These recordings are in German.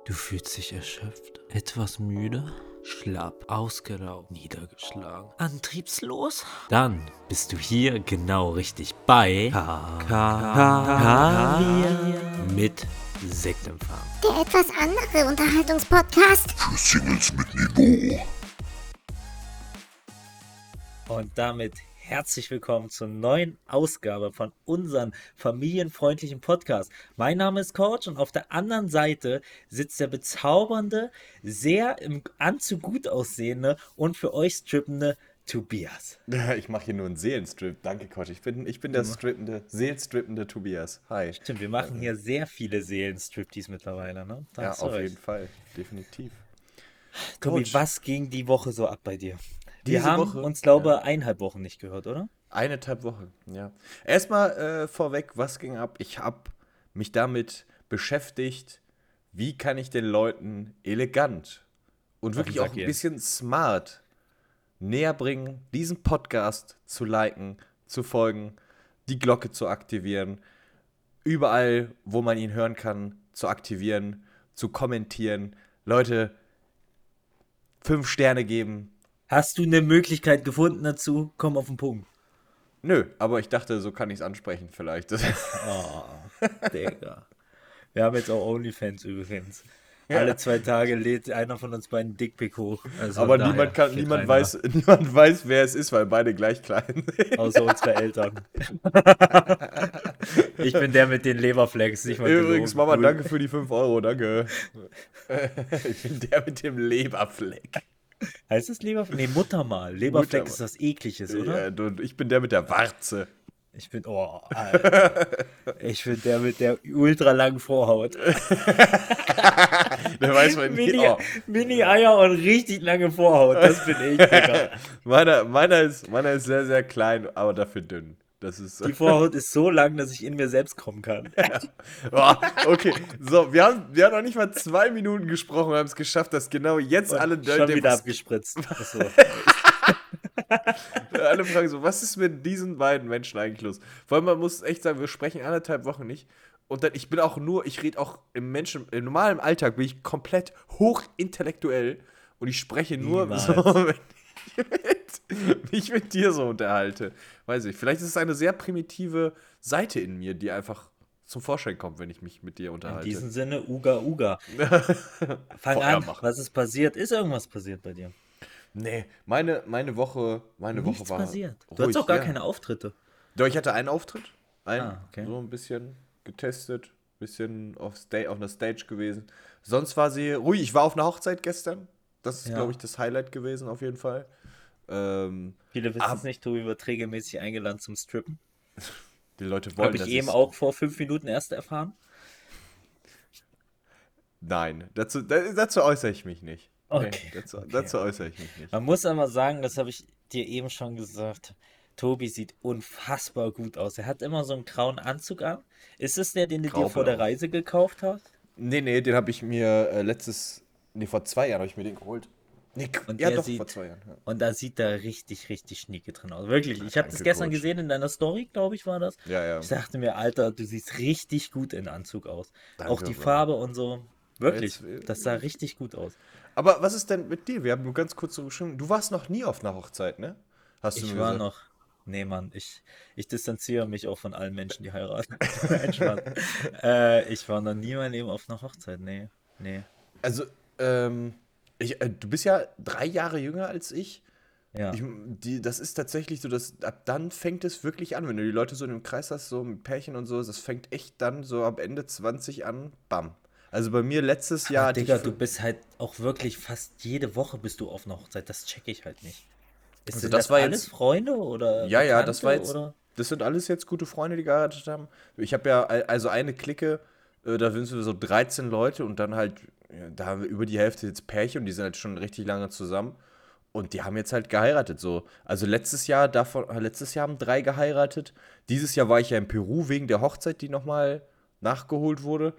Du fühlst dich erschöpft, etwas müde, schlapp, ausgelaugt, niedergeschlagen, antriebslos? Dann bist du hier genau richtig bei Kaviar mit Sektempfang. Der etwas andere Unterhaltungspodcast. Für Singles mit Niveau. Und damit herzlich willkommen zur neuen Ausgabe von unserem familienfreundlichen Podcast. Mein Name ist Coach und auf der anderen Seite sitzt der bezaubernde, sehr im Anzug gut aussehende und für euch strippende Tobias. Ich mache hier nur einen Seelenstrip. Danke, Coach. Ich bin der seelenstrippende Tobias. Hi. Stimmt, wir machen hier sehr viele Seelenstriptease mittlerweile, ne? Da Ja, hast du auf recht. jeden Fall. Definitiv. Tobi, Coach, was ging die Woche so ab bei dir? Wir Diese haben Woche, uns, glaube ich, 1,5 Wochen nicht gehört, oder? 1,5 Wochen, ja. Erstmal vorweg, was ging ab? Ich habe mich damit beschäftigt, wie kann ich den Leuten elegant und wirklich Sack auch ein gehen. bisschen smart näher bringen, diesen Podcast zu liken, zu folgen, die Glocke zu aktivieren, überall, wo man ihn hören kann, zu aktivieren, zu kommentieren. Leute, 5 Sterne geben. Hast du eine Möglichkeit gefunden dazu? Komm auf den Punkt. Nö, aber ich dachte, so kann ich es ansprechen vielleicht. Oh, Digga. Wir haben jetzt auch OnlyFans übrigens. Alle 2 Tage lädt einer von uns beiden Dickpick hoch. Also aber daher niemand geht niemand keiner. weiß, wer es ist, weil beide gleich klein sind. Außer unsere Eltern. Ich bin der mit den Leberflex. Nicht mal Übrigens, gelogen. Mama, Cool. danke für die 5 Euro, danke. Ich bin der mit dem Leberfleck. Heißt das Leberflex? Nee, Muttermal. Leberfleck Muttermal. ist was Ekliges, oder? Ja, und ich bin der mit der Warze. Ich bin, oh, Alter. Ich bin der mit der ultra langen Vorhaut. Der weiß man nicht. Oh. Mini-Eier und richtig lange Vorhaut. Das bin ich, Digga. Meiner ist sehr, sehr klein, aber dafür dünn. Das ist. Die Vorhaut ist so lang, dass ich in mir selbst kommen kann. Oh, okay, so, wir haben noch nicht mal 2 Minuten gesprochen und haben es geschafft, dass genau jetzt alle Schon wieder abgespritzt. Achso. alle fragen so, was ist mit diesen beiden Menschen eigentlich los? Vor allem, man muss echt sagen, wir sprechen 1,5 Wochen nicht. Und dann, ich rede auch im normalen Alltag bin ich komplett hochintellektuell und ich spreche nur Niemals. so, wenn ich mich mit dir so unterhalte. Weiß ich, vielleicht ist es eine sehr primitive Seite in mir, die einfach zum Vorschein kommt, wenn ich mich mit dir In unterhalte. diesem Sinne, Uga Uga. Fang Feuer an, machen. was ist passiert? Ist irgendwas passiert bei dir? Nee, meine Woche Nichts war passiert. Du ruhig, hattest auch gar ja. keine Auftritte. Doch, ich hatte einen Auftritt, Okay. so ein bisschen getestet, bisschen auf einer Stage gewesen. Sonst war sie ruhig. Ich war auf einer Hochzeit gestern. Das ist, Ja. glaube ich, das Highlight gewesen auf jeden Fall. Viele wissen Ab- es nicht, Tobi wird regelmäßig eingeladen zum Strippen. Die Leute wollen, Habe ich dass eben ich's- auch vor 5 Minuten erst erfahren. Nein, dazu äußere ich mich nicht. Okay, Nee, okay. dazu äußere ich mich nicht. Man muss aber sagen, das habe ich dir eben schon gesagt. Tobi sieht unfassbar gut aus. Er hat immer so einen grauen Anzug an. Ist es der, den du dir vor der Graublau. Reise gekauft hast? Nee, den habe ich mir vor 2 Jahren habe ich mir den geholt. Nee, Und ja der doch, sieht- vor 2 Jahren. Ja. Und da sieht er richtig, richtig schnieke drin aus. Wirklich. Ich habe das Danke, gestern Coach. gesehen in deiner Story, glaube ich, war das. Ja. Ich dachte mir, Alter, du siehst richtig gut in Anzug aus. Danke, Auch die Bro. Farbe und so. Wirklich. Jetzt- Das sah richtig gut aus. Aber was ist denn mit dir? Wir haben nur ganz kurz so geschrieben. Du warst noch nie auf einer Hochzeit, ne? Hast du Ich mir war gesagt. noch. Nee, Mann, ich distanziere mich auch von allen Menschen, die heiraten. Nein, Spaß. Ich war noch nie mein Leben auf einer Hochzeit. Nee. Also, du bist ja 3 Jahre jünger als ich. Ja. Das ist tatsächlich so, dass ab dann fängt es wirklich an, wenn du die Leute so in einem Kreis hast, so mit Pärchen und so, das fängt echt dann so ab Ende 20 an, bam. Also bei mir letztes Jahr Aber hatte Digga, ich du bist halt auch wirklich fast jede Woche bist du auf einer Hochzeit. Das check ich halt nicht. Also Sind das das war alles jetzt- Freunde oder Ja, das war Bekannte, jetzt, oder? das sind alles jetzt gute Freunde, die geheiratet haben. Ich habe ja also eine Clique, da sind wir so 13 Leute und dann halt, ja, da haben wir über die Hälfte jetzt Pärchen und die sind halt schon richtig lange zusammen. Und die haben jetzt halt geheiratet, so. Also letztes Jahr haben 3 geheiratet. Dieses Jahr war ich ja in Peru wegen der Hochzeit, die nochmal nachgeholt wurde.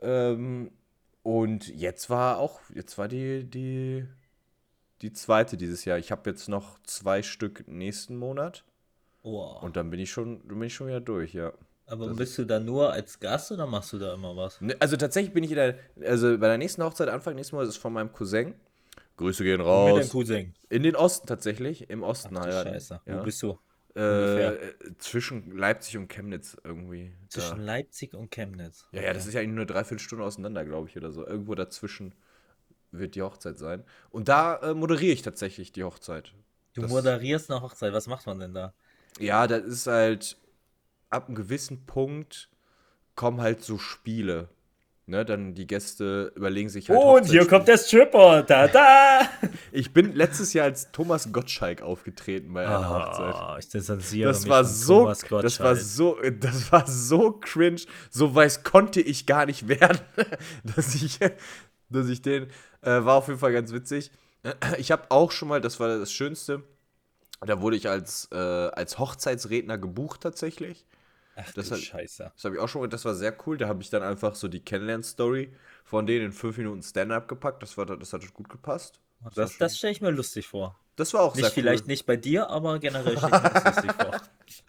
Und jetzt war die zweite dieses Jahr. Ich habe jetzt noch 2 Stück nächsten Monat. Oh. Und dann bin ich schon wieder durch, ja. Aber Das bist du da nur als Gast oder machst du da immer was? Ne, also tatsächlich bin ich also bei der nächsten Hochzeit, Anfang nächsten Monats, ist von meinem Cousin. Grüße gehen Mit deinem raus. Cousin. In den Osten tatsächlich, im Osten Ach du heiraten. Scheiße. Wo Ja. bist du? Ungefähr. Zwischen Leipzig und Chemnitz irgendwie. Zwischen Da. Leipzig und Chemnitz. Ja, das ist ja eigentlich nur 3/4 Stunde auseinander, glaube ich, oder so. Irgendwo dazwischen wird die Hochzeit sein. Und da moderiere ich tatsächlich die Hochzeit. Du Das- moderierst eine Hochzeit. Was macht man denn da? Ja, das ist halt, ab einem gewissen Punkt kommen halt so Spiele. Ne, dann die Gäste überlegen sich halt Und hier Hochzeitsspiele. kommt der Stripper. Da! Ich bin letztes Jahr als Thomas Gottschalk aufgetreten bei einer Hochzeit. Ich distanziere Das mich war von so, Thomas das war Gottschalk. so cringe. So weiß konnte ich gar nicht werden, dass ich den, war auf jeden Fall ganz witzig. Ich habe auch schon mal, das war das Schönste, da wurde ich als Hochzeitsredner gebucht tatsächlich. Ach das du hat- Scheiße. Das habe ich auch schon, das war sehr cool. Da habe ich dann einfach so die Kennenlern-Story von denen in 5 Minuten Stand-up gepackt. Das hat gut gepasst. Das stelle ich mir lustig vor. Das war auch Nicht sehr vielleicht cool. nicht bei dir, aber generell stelle ich mir das lustig vor.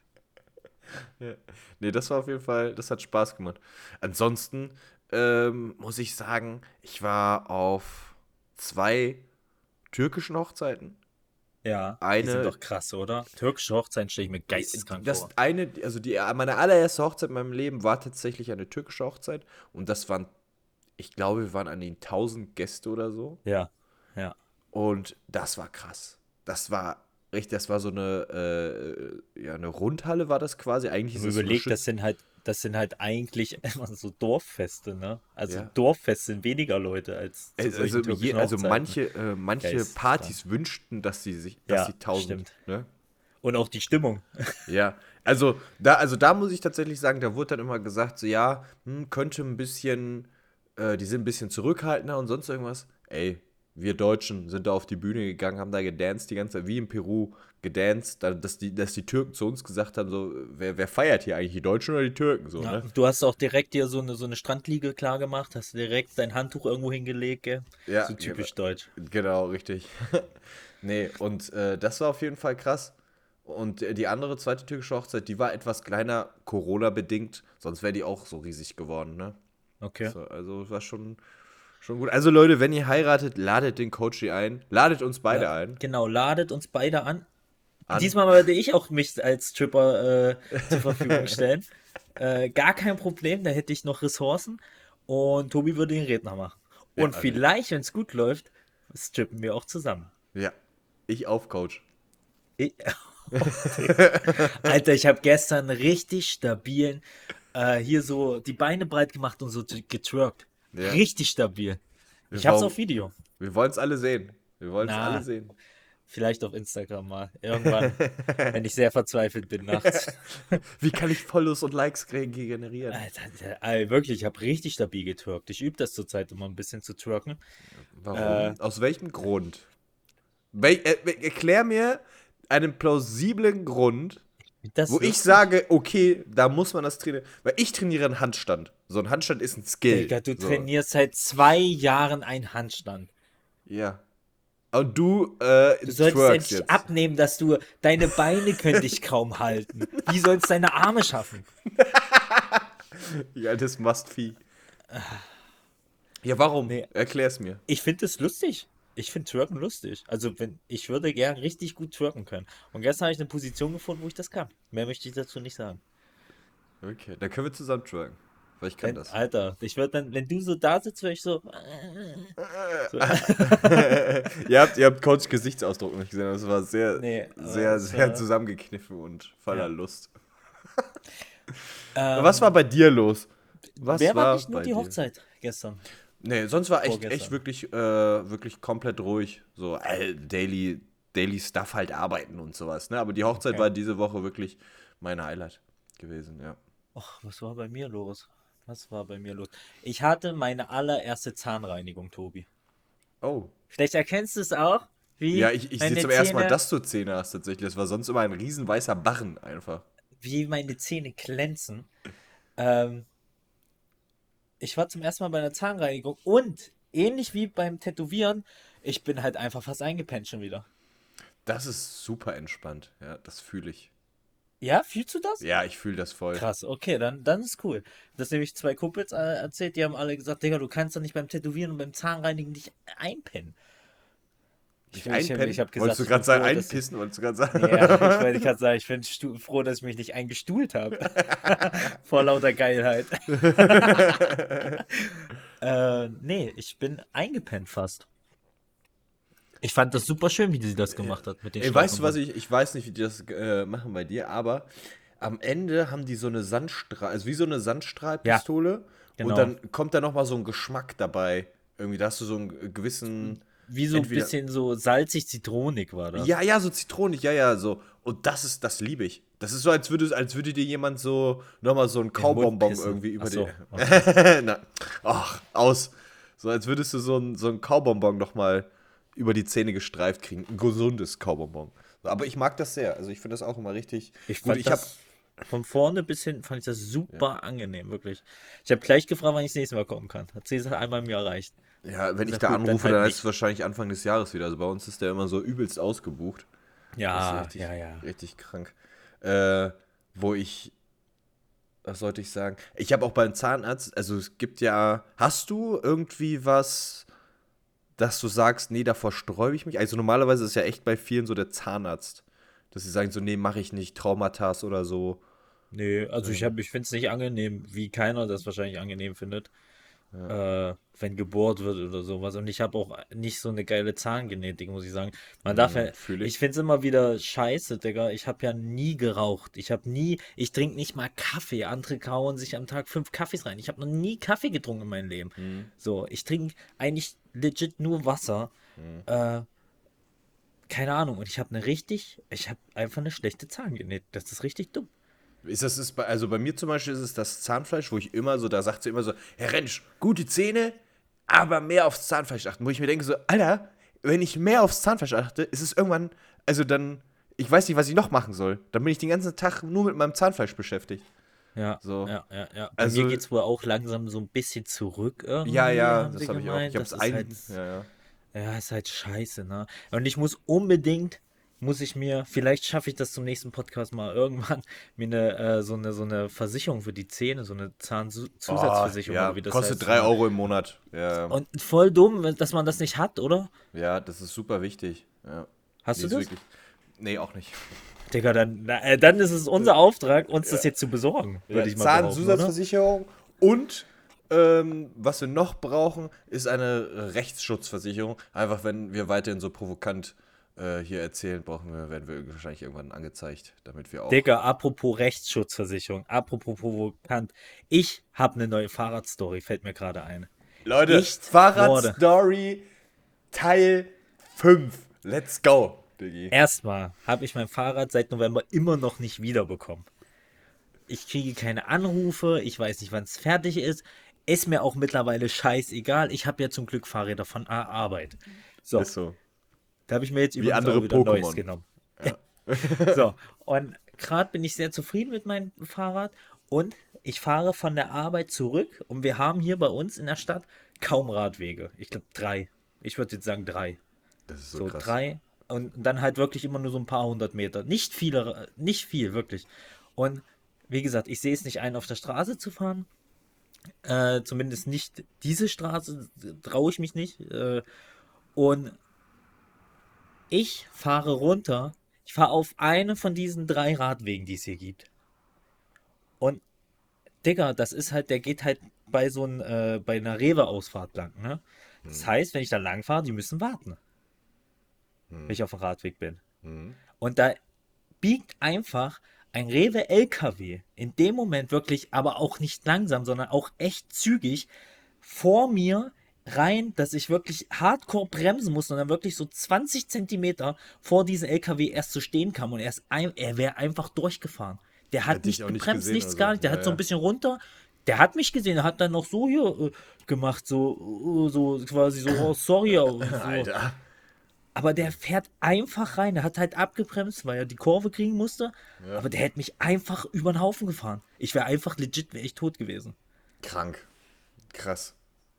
Nee, das war auf jeden Fall, das hat Spaß gemacht. Ansonsten muss ich sagen, ich war auf 2 türkischen Hochzeiten. Ja, die Eine- sind doch krass, oder? Türkische Hochzeiten stelle ich mir geisteskrank Das vor. eine, also meine allererste Hochzeit in meinem Leben war tatsächlich eine türkische Hochzeit. Und das waren, ich glaube, wir waren an den 1000 Gäste oder so. Ja, ja. Und das war krass. Das war so eine, eine Rundhalle war das quasi. Eigentlich ist es so eine Überlegt, das sind halt eigentlich immer so Dorffeste, ne? Also Ja. Dorffest sind weniger Leute als zu solchen Also, türkischen also Hochzeiten. manche Geisteskrank. Partys wünschten, dass sie Ja, 1000, stimmt. ne? Und auch die Stimmung. Ja, also da muss ich tatsächlich sagen, da wurde dann immer gesagt, so ja, könnte ein bisschen, die sind ein bisschen zurückhaltender und sonst irgendwas. Ey, wir Deutschen sind da auf die Bühne gegangen, haben da gedanced die ganze Zeit, wie in Peru gedanced, dass die Türken zu uns gesagt haben, so, wer feiert hier eigentlich, die Deutschen oder die Türken, so, Ja, ne? du hast auch direkt dir so eine Strandliege klar gemacht, hast direkt dein Handtuch irgendwo hingelegt, gell? Ja, So typisch deutsch. Genau, richtig. Nee, und das war auf jeden Fall krass. Und die andere zweite türkische Hochzeit, die war etwas kleiner, Corona-bedingt, sonst wäre die auch so riesig geworden, ne? Okay. So, also war schon gut. Also Leute, wenn ihr heiratet, ladet den Coachy ein. Ladet uns beide ein. Genau, ladet uns beide an. Diesmal werde ich auch mich als Stripper zur Verfügung stellen. Gar kein Problem, da hätte ich noch Ressourcen. Und Tobi würde den Redner machen. Und Ja, vielleicht, wenn es gut läuft, strippen wir auch zusammen. Ja, ich auf, Coach. Ich, Alter, ich habe gestern richtig stabilen hier so die Beine breit gemacht und so getwerkt. Ja. Richtig stabil. Ich hab's Warum? auf Video. Wir wollen es alle sehen. Wir wollen es Na. alle sehen. Vielleicht auf Instagram mal. Irgendwann, wenn ich sehr verzweifelt bin nachts. Wie kann ich Follows und Likes generieren? Alter, wirklich, ich habe richtig stabil getwerkt. Ich übe das zurzeit immer ein bisschen zu twerken. Warum? Aus welchem Grund? Erklär mir einen plausiblen Grund, Das wo ich lustig. sage, okay, da muss man das trainieren. Weil ich trainiere einen Handstand. So ein Handstand ist ein Skill. Digga, du so. trainierst seit 2 Jahren einen Handstand. Ja. Und du Du solltest twerkst endlich jetzt. abnehmen, dass deine Beine können dich kaum halten. Wie sollst du deine Arme schaffen? Ja, altes Mastvieh. Ja, warum? Nee. Erklär's mir. Ich finde es lustig. Ich finde Twerken lustig. Also ich würde gern richtig gut twerken können. Und gestern habe ich eine Position gefunden, wo ich das kann. Mehr möchte ich dazu nicht sagen. Okay, dann können wir zusammen twerken. Weil ich kann das. Alter, ich würde dann, wenn du so da sitzt, wäre ich so. Ihr habt Coach Gesichtsausdruck nicht gesehen. Das war sehr, Nee, sehr, das sehr war- zusammengekniffen und voller Ja. Lust. Ähm, Was war bei dir los? Was wer war nicht bei nur die dir? Hochzeit gestern? Nee, sonst war echt Vorgestern. wirklich komplett ruhig. So Daily Stuff halt arbeiten und sowas. Ne? Aber die Hochzeit Okay. war diese Woche wirklich mein Highlight gewesen, ja. Och, was war bei mir los? Ich hatte meine allererste Zahnreinigung, Tobi. Oh. Vielleicht erkennst du es auch, wie Ja, ich sehe meine zum ersten Mal, Zähne- dass du Zähne hast tatsächlich. Das war sonst immer ein riesen weißer Barren einfach. wie meine Zähne glänzen. Ich war zum ersten Mal bei einer Zahnreinigung und ähnlich wie beim Tätowieren, ich bin halt einfach fast eingepennt schon wieder. Das ist super entspannt, ja, das fühle ich. Ja, fühlst du das? Ja, ich fühle das voll. Krass, okay, dann ist cool. Das nämlich zwei Kumpels erzählt, die haben alle gesagt, Digga, du kannst doch nicht beim Tätowieren und beim Zahnreinigen nicht einpennen. Nicht Ich einpennen? hab gesagt, Wolltest du ich gerade bin sagen, froh, dass ich, einpissen? Wolltest du gerade sagen? ja, ich wollte gerade sagen, ich bin froh, dass ich mich nicht eingestuhlt habe. Vor lauter Geilheit. Nee, ich bin eingepennt fast. Ich fand das super schön, wie sie das gemacht hat mit den Ey, weißt du was, Schlauchern. ich weiß nicht, wie die das machen bei dir, aber am Ende haben die so eine also wie so eine Sandstrahlpistole Genau. und dann kommt da nochmal so ein Geschmack dabei. Irgendwie, da hast du so einen gewissen, Wie so ein entweder, bisschen so salzig-zitronig war das. ja, so zitronig, ja, so. Und das liebe ich. Das ist so, als würde dir jemand so nochmal so einen Den Mund Kaubonbon pissen. irgendwie über Ach so, die. okay. Na, ach, aus. So, als würdest du so einen Kaubonbon nochmal über die Zähne gestreift kriegen. Ein gesundes Kaubonbon. So, aber ich mag das sehr. Also ich finde das auch immer richtig Ich gut. fand das von vorne bis hinten fand ich das super angenehm, wirklich. Ich habe gleich gefragt, wann ich das nächste Mal kommen kann. Hat sie gesagt, einmal im Jahr reicht. Ja, wenn ich Sag da gut, dann anrufe, halt dann ist nicht. es wahrscheinlich Anfang des Jahres wieder. Also bei uns ist der immer so übelst ausgebucht. Das ist Ja, richtig, ja. richtig krank. Wo ich, was sollte ich sagen? Ich habe auch beim Zahnarzt, also es gibt ja, hast du irgendwie was, dass du sagst, nee, davor sträube ich mich? Also normalerweise ist ja echt bei vielen so der Zahnarzt, dass sie sagen so, nee, mache ich nicht, Traumata oder so. Nee, also ich finde es nicht angenehm, wie keiner das wahrscheinlich angenehm findet, wenn gebohrt wird oder sowas. Und ich habe auch nicht so eine geile Zahngenetik, muss ich sagen. Man darf ja, Fühle ich. ich finde es immer wieder scheiße, Digga. Ich habe ja nie geraucht. Ich trinke nicht mal Kaffee. Andere kauen sich am Tag 5 Kaffees rein. Ich habe noch nie Kaffee getrunken in meinem Leben. So, ich trinke eigentlich legit nur Wasser. Äh, keine Ahnung. Und ich habe einfach eine schlechte Zahngenetik. Das ist richtig dumm. Also bei mir zum Beispiel ist es das Zahnfleisch, wo ich immer so, da sagt sie immer so, Herr Rentsch, gute Zähne, aber mehr aufs Zahnfleisch achten. Wo ich mir denke so, Alter, wenn ich mehr aufs Zahnfleisch achte, ist es irgendwann, also dann, ich weiß nicht, was ich noch machen soll. Dann bin ich den ganzen Tag nur mit meinem Zahnfleisch beschäftigt. Ja, So. ja. Bei Also, mir geht es wohl auch langsam so ein bisschen zurück irgendwie, ja, haben das sie habe ich auch. Ich gemeint. habe Das es ist halt, ja. ja, ist halt scheiße, ne? Und muss ich mir, vielleicht schaffe ich das zum nächsten Podcast mal irgendwann, mir so eine Versicherung für die Zähne, so eine Oh, Zahnzusatzversicherung, ja, oder wie das kostet heißt. 3 Euro im Monat. Ja, Und voll dumm, dass man das nicht hat, oder? ja, das ist super wichtig. Ja. Hast Nee, du ist das? wirklich. Nee, auch nicht. Digga, dann ist es unser Auftrag, uns das jetzt zu besorgen, würde ich mal behaupten, oder? Zahnzusatzversicherung und was wir noch brauchen, ist eine Rechtsschutzversicherung. Einfach, wenn wir weiterhin so provokant hier erzählen, werden wir wahrscheinlich irgendwann angezeigt, damit wir auch. Digga, apropos Rechtsschutzversicherung, apropos provokant. Ich habe eine neue Fahrradstory, fällt mir gerade ein. Leute, Ich Fahrradstory Teil 5. Let's go, Diggi. Erstmal habe ich mein Fahrrad seit November immer noch nicht wiederbekommen. Ich kriege keine Anrufe, ich weiß nicht, wann es fertig ist. Ist mir auch mittlerweile scheißegal. Ich habe ja zum Glück Fahrräder von Arbeit. So, Ist so. da habe ich mir jetzt Wie übrigens andere auch wieder ein neues Pokémon. genommen. So, und gerade bin ich sehr zufrieden mit meinem Fahrrad und ich fahre von der Arbeit zurück und wir haben hier bei uns in der Stadt kaum Radwege. Ich glaube 3. Ich würde jetzt sagen 3. Das ist so So krass. 3 und dann halt wirklich immer nur so ein paar 100 Meter. Nicht viel, wirklich. Und wie gesagt, ich sehe es nicht ein, auf der Straße zu fahren. Zumindest nicht diese Straße, traue ich mich nicht. Und ich fahre runter. Ich fahre auf eine von diesen 3 Radwegen, die es hier gibt. Und Digga, das ist halt, der geht halt bei bei einer Rewe-Ausfahrt lang, ne? Das heißt, wenn ich da lang fahre, die müssen warten, wenn ich auf dem Radweg bin. Und da biegt einfach ein Rewe LKW in dem Moment wirklich, aber auch nicht langsam, sondern auch echt zügig vor mir rein, dass ich wirklich hardcore bremsen muss und dann wirklich so 20 Zentimeter vor diesem LKW erst zu stehen kam und er wäre einfach durchgefahren. Der hat Hätte ich nicht auch nicht gebremst, gesehen nichts oder gar so. nicht. Der Ja, hat so ein ja. bisschen runter. Der hat mich gesehen, er hat dann noch so hier gemacht, so quasi so, oh, sorry. Und so. Alter. Aber der fährt einfach rein. Der hat halt abgebremst, weil er die Kurve kriegen musste. Ja. Aber der hätte mich einfach über den Haufen gefahren. Ich wäre einfach legit, wäre ich tot gewesen. Krank. Krass.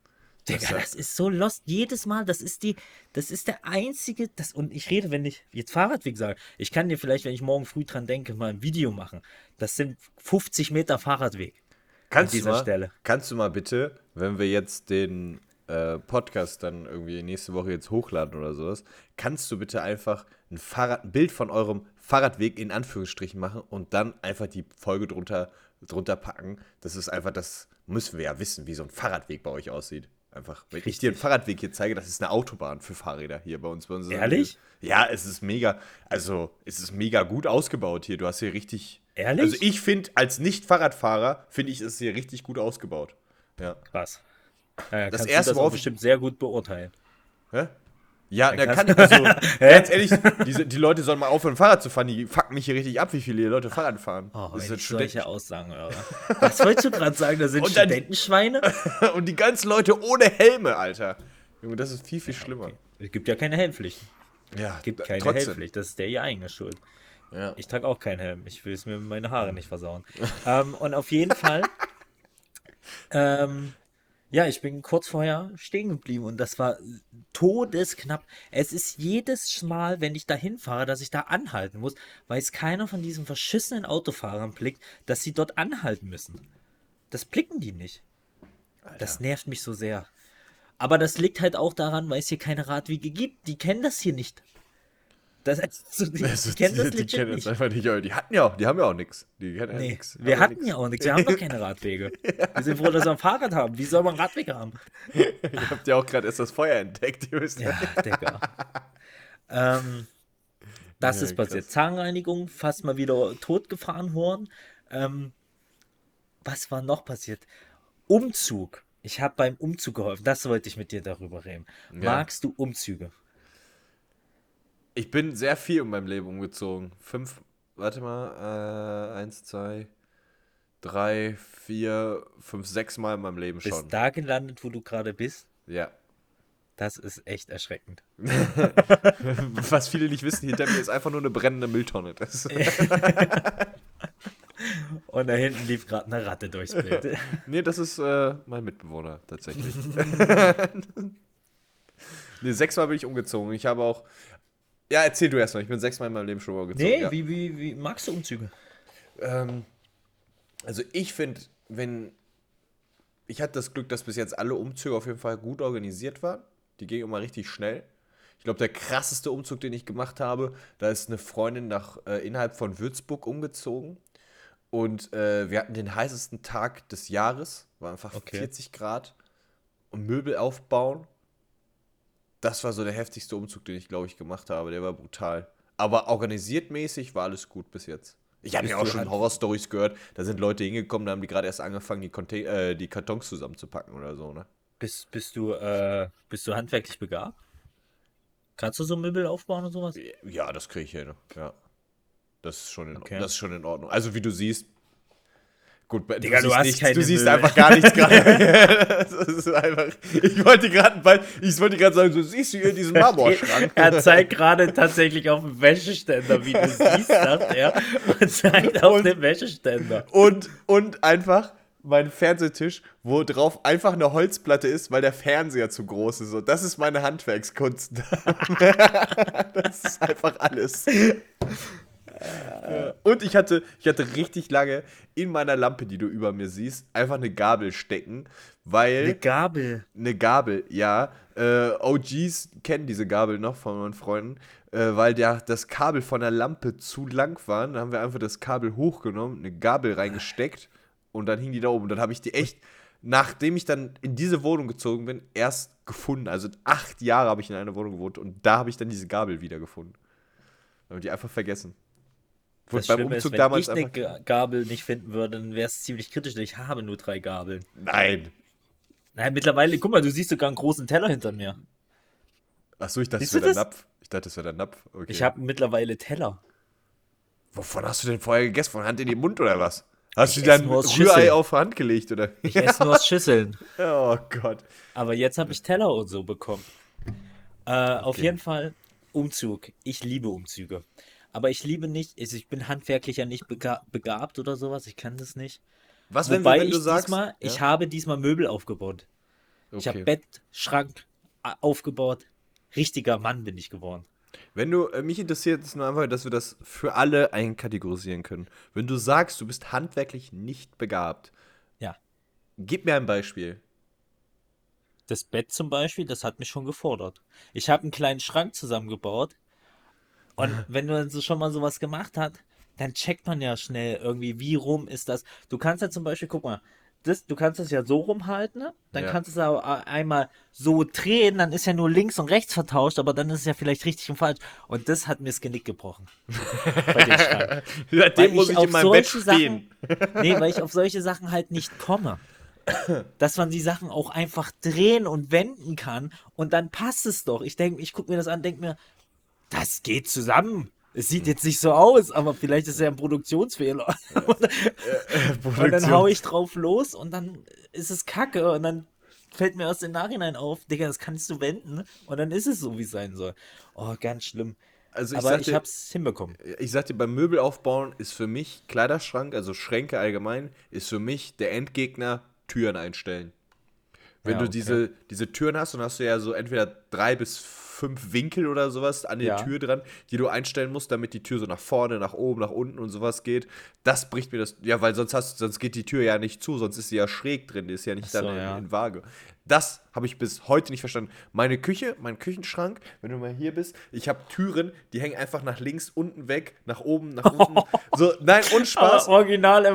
Digga, das ist so lost. Jedes Mal, das ist der einzige, und ich rede, wenn ich jetzt Fahrradweg sage, ich kann dir vielleicht, wenn ich morgen früh dran denke, mal ein Video machen. Das sind 50 Meter Fahrradweg an dieser Stelle. Kannst du mal bitte, wenn wir jetzt den Podcast dann irgendwie nächste Woche jetzt hochladen oder sowas, kannst du bitte einfach ein Bild von eurem Fahrradweg in Anführungsstrichen machen und dann einfach die Folge drunter packen. Das ist einfach, das müssen wir ja wissen, wie so ein Fahrradweg bei euch aussieht. Einfach, wenn ich dir einen Fahrradweg hier zeige, das ist eine Autobahn für Fahrräder hier bei uns. Ehrlich? Ja, es ist mega gut ausgebaut hier. Du hast hier richtig. Ehrlich? Also ich finde, als Nicht-Fahrradfahrer, finde ich es hier richtig gut ausgebaut. Ja. Krass. Ja, Das kannst erste, du das auch worauf bestimmt sehr gut beurteilen. Hä? Ja, Dann ganz ehrlich, die Leute sollen mal aufhören, Fahrrad zu fahren. Die fucken mich hier richtig ab, wie viele Leute Fahrrad fahren. Oh, das wenn ist ich schon solche Aussagen höre. Was wolltest du gerade sagen? Da sind Und dann- Studentenschweine? Und die ganzen Leute ohne Helme, Alter. Junge, das ist viel, viel schlimmer. Es gibt ja keine Helmpflicht. Ja, Es gibt keine trotzdem. Helmpflicht. Das ist der ihr eigene Schuld. Ja. Ich trage auch keinen Helm. Ich will es mir meine Haare nicht versauen. Und auf jeden Fall, ja, ich bin kurz vorher stehen geblieben und das war todesknapp. Es ist jedes Mal, wenn ich da hinfahre, dass ich da anhalten muss, weil es keiner von diesen verschissenen Autofahrern blickt, dass sie dort anhalten müssen. Das blicken die nicht. Das nervt mich so sehr. Aber das liegt halt auch daran, weil es hier keine Radwege gibt. Die kennen das hier nicht. Die kennen das legit kennen nicht. das einfach nicht. Die haben ja auch nichts. Die kennen ja Nee, nix. wir Haben hatten ja auch nichts. Wir haben doch keine Radwege. Wir sind froh, dass wir ein Fahrrad haben. Wie soll man einen Radweg haben? Ihr habt ja auch gerade erst das Feuer entdeckt. Ihr wisst Ja, Digga. Das Ja, ist passiert. krass. Zahnreinigung, fast mal wieder totgefahren worden. Was war noch passiert? Umzug. Ich habe beim Umzug geholfen. Das wollte ich mit dir darüber reden. Ja. Magst du Umzüge? Ich bin sehr viel in meinem Leben umgezogen. 1, 2, 3, 4, 5, 6 Mal in meinem Leben Bist schon. da gelandet, wo du gerade bist? Ja. Das ist echt erschreckend. Was viele nicht wissen, hinter mir ist einfach nur eine brennende Mülltonne. Und da hinten lief gerade eine Ratte durchs Bild. Nee, das ist mein Mitbewohner tatsächlich. Nee, 6 Mal bin ich umgezogen. Ich habe auch. Ja, erzähl du erst mal. Ich bin 6 Mal in meinem Leben schon umgezogen. Nee, Ja. wie magst du Umzüge? Also ich finde, ich hatte das Glück, dass bis jetzt alle Umzüge auf jeden Fall gut organisiert waren. Die gingen immer richtig schnell. Ich glaube, der krasseste Umzug, den ich gemacht habe, da ist eine Freundin innerhalb von Würzburg umgezogen. Und wir hatten den heißesten Tag des Jahres, war einfach 40 Grad. Und Möbel aufbauen. Das war so der heftigste Umzug, den ich, glaube ich, gemacht habe. Der war brutal. Aber organisiert mäßig war alles gut bis jetzt. Ich habe ja auch schon Horror-Stories gehört. Da sind Leute hingekommen, da haben die gerade erst angefangen, die Kartons zusammenzupacken oder so, ne? Bist du handwerklich begabt? Kannst du so Möbel aufbauen und sowas? Ja, das kriege ich hin. Ja. Das ist schon Okay. das ist schon in Ordnung. Also wie du siehst, gut, Digga, du hast keine du siehst Möbel. einfach gar nichts gerade. Das ist einfach. Ich wollte gerade sagen, so siehst du hier diesen Marmorschrank. Er zeigt gerade tatsächlich auf den Wäscheständer, wie du siehst das, ja. Und zeigt auf den Wäscheständer. Und einfach mein Fernsehtisch, wo drauf einfach eine Holzplatte ist, weil der Fernseher zu groß ist. Und das ist meine Handwerkskunst. Das ist einfach alles. Und ich hatte richtig lange in meiner Lampe, die du über mir siehst, einfach eine Gabel stecken, weil... Eine Gabel. Eine Gabel, ja. OGs kennen diese Gabel noch von meinen Freunden, weil das Kabel von der Lampe zu lang war. Dann haben wir einfach das Kabel hochgenommen, eine Gabel reingesteckt und dann hing die da oben. Und dann habe ich die echt, nachdem ich dann in diese Wohnung gezogen bin, erst gefunden. Also 8 Jahre habe ich in einer Wohnung gewohnt und da habe ich dann diese Gabel wiedergefunden. Habe die einfach vergessen. Das Beim Schlimme ist, Umzug wenn damals ich eine Gabel nicht finden würde, dann wäre es ziemlich kritisch, denn ich habe nur 3 Gabeln. Nein. Nein, mittlerweile, guck mal, du siehst sogar einen großen Teller hinter mir. Achso, ich dachte, Siehst das wäre du der das? Napf. Ich dachte, das wäre der Napf. Okay. Ich habe mittlerweile Teller. Wovon hast du denn vorher gegessen? Von Hand in den Mund oder was? Hast Ich du dir esse dann nur aus Rührei Schüsseln. auf Hand gelegt, oder? Ich esse nur aus Schüsseln. Oh Gott. Aber jetzt habe ich Teller und so bekommen. Auf jeden Fall Umzug. Ich liebe Umzüge. Aber ich liebe nicht, ich bin handwerklich ja nicht begabt oder sowas. Ich kann das nicht. Was, Wobei wenn du sagst... ich habe diesmal Möbel aufgebaut. Ich habe Okay. Bett, Schrank aufgebaut. Richtiger Mann bin ich geworden. Wenn du, mich interessiert es nur einfach, dass wir das für alle einkategorisieren können. Wenn du sagst, du bist handwerklich nicht begabt, Ja. gib mir ein Beispiel. Das Bett zum Beispiel, das hat mich schon gefordert. Ich habe einen kleinen Schrank zusammengebaut. Und wenn du dann so schon mal sowas gemacht hast, dann checkt man ja schnell irgendwie, wie rum ist das. Du kannst ja zum Beispiel, guck mal, du kannst das ja so rumhalten, ne? Dann Ja. kannst du es aber einmal so drehen, dann ist ja nur links und rechts vertauscht, aber dann ist es ja vielleicht richtig und falsch. Und das hat mir das Genick gebrochen. Bei dem Schrank. Seitdem Weil muss ich auf in meinem Bett solche stehen. Nee, weil ich auf solche Sachen halt nicht komme. Dass man die Sachen auch einfach drehen und wenden kann und dann passt es doch. Ich gucke mir das an, denke mir, das geht zusammen. Es sieht jetzt nicht so aus, aber vielleicht ist ja ein Produktionsfehler. Und dann hau ich drauf los und dann ist es kacke und dann fällt mir erst im Nachhinein auf, Digga, das kannst du wenden und dann ist es so, wie es sein soll. Oh, ganz schlimm. Also Aber ich hab's hinbekommen. ich sag dir, beim Möbelaufbauen ist für mich Kleiderschrank, also Schränke allgemein, ist für mich der Endgegner Türen einstellen. Wenn Ja, du okay. diese Türen hast, dann hast du ja so entweder 3 bis 5 Winkel oder sowas an der Ja. Tür dran, die du einstellen musst, damit die Tür so nach vorne, nach oben, nach unten und sowas geht. Das bricht mir das, ja, weil sonst geht die Tür ja nicht zu, sonst ist sie ja schräg drin, die ist ja nicht Ach so, dann ja. in Waage. Das habe ich bis heute nicht verstanden. Meine Küche, mein Küchenschrank, wenn du mal hier bist, ich habe Türen, die hängen einfach nach links, unten weg, nach oben, nach unten. So, nein, und Spaß. Aber original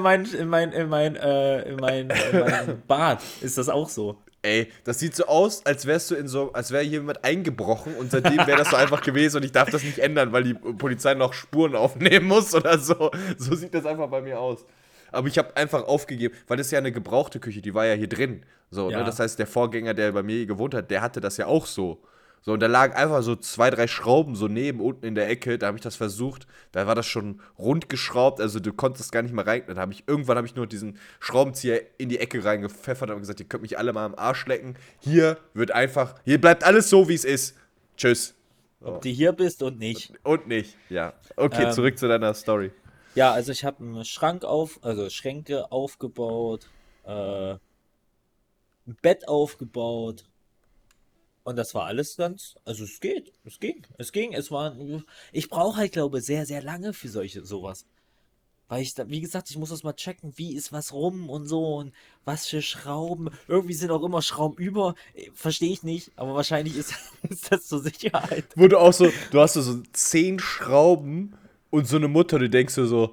in mein Bad ist das auch so. Ey, das sieht so aus, als als wäre jemand eingebrochen und seitdem wäre das so einfach gewesen und ich darf das nicht ändern, weil die Polizei noch Spuren aufnehmen muss oder so. So sieht das einfach bei mir aus. Aber ich habe einfach aufgegeben, weil das ist ja eine gebrauchte Küche, die war ja hier drin. So, Ja. ne? Das heißt, der Vorgänger, der bei mir gewohnt hat, der hatte das ja auch so. So, und da lagen einfach so 2, 3 Schrauben so neben unten in der Ecke. Da habe ich das versucht. Da war das schon rund geschraubt. Also du konntest gar nicht mehr rein. Irgendwann habe ich nur diesen Schraubenzieher in die Ecke reingepfeffert und gesagt, ihr könnt mich alle mal am Arsch lecken. Hier bleibt alles so, wie es ist. Tschüss. Ob du hier bist und nicht. Und nicht. Ja. Okay, zurück zu deiner Story. Ja, also ich habe einen Schränke aufgebaut, ein Bett aufgebaut und das war alles also es ging, ich brauche halt, glaube ich, sehr, sehr lange für sowas. Weil wie gesagt, ich muss das mal checken, wie ist was rum und so und was für Schrauben. Irgendwie sind auch immer Schrauben über, verstehe ich nicht, aber wahrscheinlich ist das zur Sicherheit. Wo du hast so 10 Schrauben und so eine Mutter, du denkst dir so,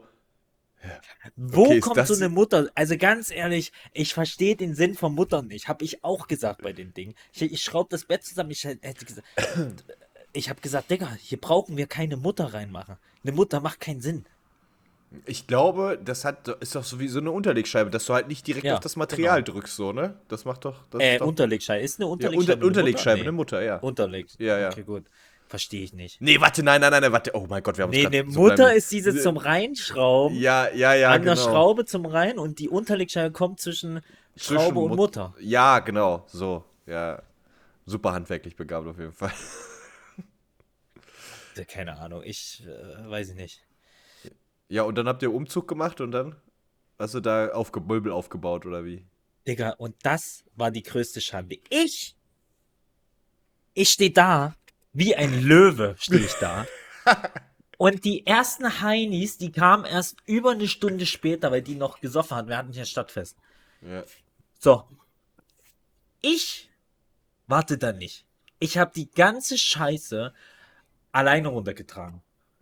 Wo Okay, ist kommt das- so eine Mutter? Also ganz ehrlich, ich verstehe den Sinn von Muttern nicht. Habe ich auch gesagt bei den Dingen. Ich schraube das Bett zusammen. Ich habe gesagt, Digga, hier brauchen wir keine Mutter reinmachen. Eine Mutter macht keinen Sinn. ich glaube, ist doch so wie so eine Unterlegscheibe, dass du halt nicht direkt Ja, auf das Material genau. drückst, so, ne? Das macht doch. Das ist doch Unterlegscheibe. Ist eine ja, Unterlegscheibe Unterlegscheibe, eine eine Mutter? Mutter, ja. Nee. Unterleg. Ja, ja. Okay, gut. Verstehe ich nicht. Nee, warte, nein, warte. Oh mein Gott, wir haben uns Nee, grad eine so Mutter bleiben- ist diese zum Reinschrauben. Ja, an der genau. Schraube zum Rein und die Unterlegscheibe kommt zwischen Schraube und Mut- Mutter. Ja, genau, so. Ja. Super handwerklich begabt auf jeden Fall. Keine Ahnung, weiß ich nicht. Ja, und dann habt ihr Umzug gemacht und dann hast du da Möbel aufgebaut oder wie? Digga, und das war die größte Schande. Ich stehe da, wie ein Löwe stehe ich da. Und die ersten Heinis, die kamen erst über eine Stunde später, weil die noch gesoffen hatten. Wir hatten hier Stadtfest. Ja. So. Ich warte da nicht. Ich habe die ganze Scheiße alleine runtergetragen.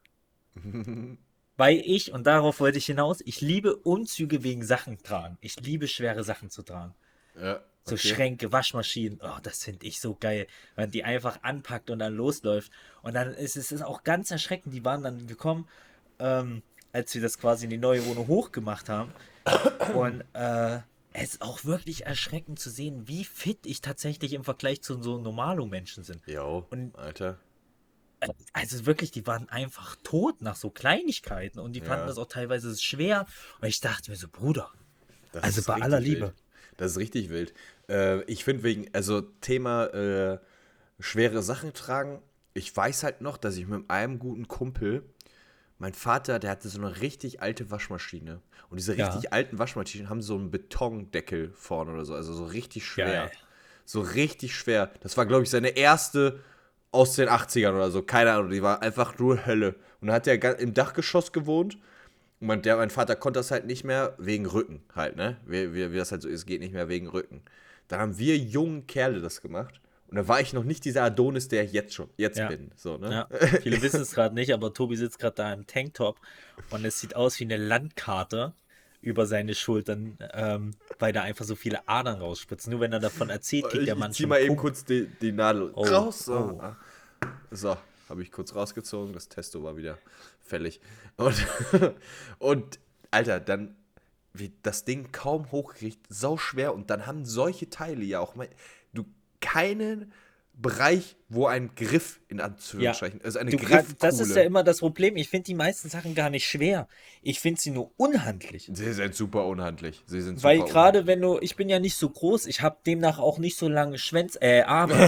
Weil und darauf wollte ich hinaus, ich liebe Umzüge wegen Sachen tragen. Ich liebe schwere Sachen zu tragen. Ja. So okay. Schränke, Waschmaschinen, oh, das finde ich so geil, wenn die einfach anpackt und dann losläuft. Und dann ist es auch ganz erschreckend, die waren dann gekommen, als wir das quasi in die neue Wohnung hochgemacht haben. Und es ist auch wirklich erschreckend zu sehen, wie fit ich tatsächlich im Vergleich zu so Normalo-Menschen sind. Jo, Und- Alter. Also wirklich, die waren einfach tot nach so Kleinigkeiten und die fanden Ja. das auch teilweise schwer. Und ich dachte mir so, Bruder, Das also ist bei richtig aller wild. Liebe. Das ist richtig wild. Ich finde Thema schwere Sachen tragen, ich weiß halt noch, dass ich mit einem guten Kumpel, mein Vater, der hatte so eine richtig alte Waschmaschine. Und diese Ja. richtig alten Waschmaschinen haben so einen Betondeckel vorne oder so, also so richtig schwer. Geil. So richtig schwer. Das war, glaube ich, seine erste aus den 80ern oder so. Keine Ahnung, die war einfach nur Hölle. Und dann hat er im Dachgeschoss gewohnt. Und mein Vater konnte das halt nicht mehr wegen Rücken halt, ne? Wie das halt so ist, geht nicht mehr wegen Rücken. Dann haben wir jungen Kerle das gemacht. Und da war ich noch nicht dieser Adonis, der ich jetzt bin. So, ne? Ja, viele wissen es gerade nicht, aber Tobi sitzt gerade da im Tanktop und es sieht aus wie eine Landkarte über seine Schultern, weil da einfach so viele Adern rausspritzen. Nur wenn er davon erzählt, kriegt der Mann Ich zieh schon mal eben Pump. kurz die Nadel Oh, raus. So, oh. so habe ich kurz rausgezogen. Das Testo war wieder fällig. Und Alter, dann wie das Ding kaum hochkriegt, sau schwer. Und dann haben solche Teile ja auch du keinen Bereich, wo ein Griff in Anführungsstrichen, also eine Griffkuhle. Das ist ja immer das Problem. Ich finde die meisten Sachen gar nicht schwer. Ich finde sie nur unhandlich. Sie sind super unhandlich. Weil gerade ich bin ja nicht so groß, ich habe demnach auch nicht so lange Arme.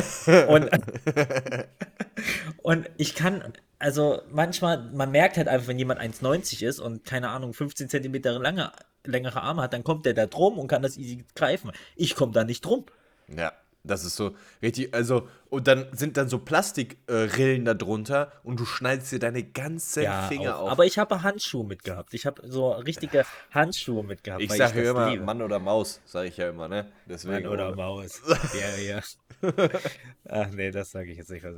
Und ich kann, also manchmal, man merkt halt einfach, wenn jemand 1,90 ist und keine Ahnung, 15 Zentimeter längere Arme hat, dann kommt der da drum und kann das easy greifen. Ich komme da nicht drum. Ja, das ist so richtig, also, und dann sind dann so Plastikrillen da drunter und du schneidest dir deine ganzen Finger auch. auf. Aber ich habe Handschuhe mitgehabt. Ich habe so richtige Handschuhe mitgehabt. Ich weil sage ja das immer liebe. Mann oder Maus, sage ich ja immer, ne? Deswegen Mann oder Maus. Ja. Ach nee, das sage ich jetzt nicht.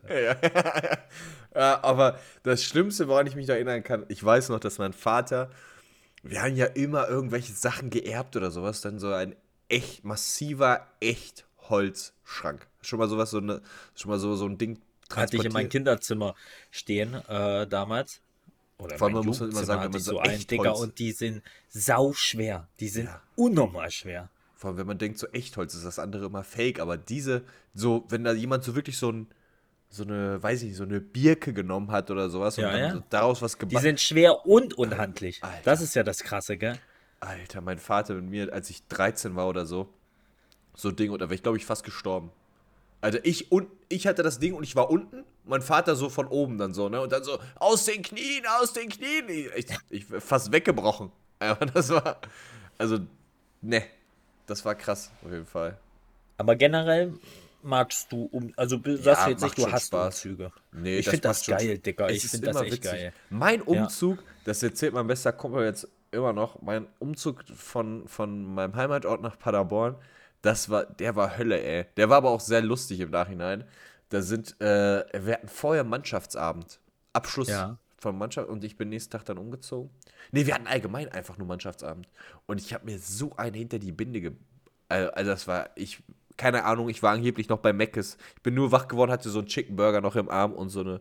Ja, aber das Schlimmste, woran ich mich da erinnern kann, ich weiß noch, dass mein Vater, wir haben ja immer irgendwelche Sachen geerbt oder sowas, dann so ein echt massiver Holzschrank. Schon mal sowas, so ein Ding Hatte ich in meinem Kinderzimmer stehen damals. Oder Vor allem, mein muss man immer sagen, wenn man so so einen, echt Digga, Holz- und die sind sau schwer. Die sind unnormal schwer. Vor allem, wenn man denkt, so Echtholz ist das andere immer Fake, aber wenn da jemand so wirklich so eine, weiß ich nicht, so eine Birke genommen hat oder sowas und dann so daraus was Die gebaut. sind schwer und unhandlich. Alter. Das ist ja das Krasse, gell? Alter, mein Vater mit mir, als ich 13 war oder so Ding, und da wäre ich, glaube ich, fast gestorben. Also ich hatte das Ding und ich war unten, mein Vater so von oben dann so, ne? Und dann so, aus den Knien! Ich fast weggebrochen. Aber das war, also, ne, das war krass, auf jeden Fall. Aber generell magst du, sagst du jetzt macht nicht, du schon hast Spaß. Umzüge. Nee, Ich finde macht das schon geil, Spaß. Digga. Es Ich ist finde das immer echt witzig. geil. Mein Umzug, das erzählt mein bester Kumpel jetzt immer noch, mein Umzug von meinem Heimatort nach Paderborn, der war Hölle, ey. Der war aber auch sehr lustig im Nachhinein. Wir hatten vorher Mannschaftsabend. Abschluss von Mannschaft und ich bin nächsten Tag dann umgezogen. Nee, wir hatten allgemein einfach nur Mannschaftsabend. Und ich habe mir so einen hinter die Binde also das war, keine Ahnung, ich war angeblich noch bei Mc's. Ich bin nur wach geworden, hatte so einen Chicken Burger noch im Arm und so eine.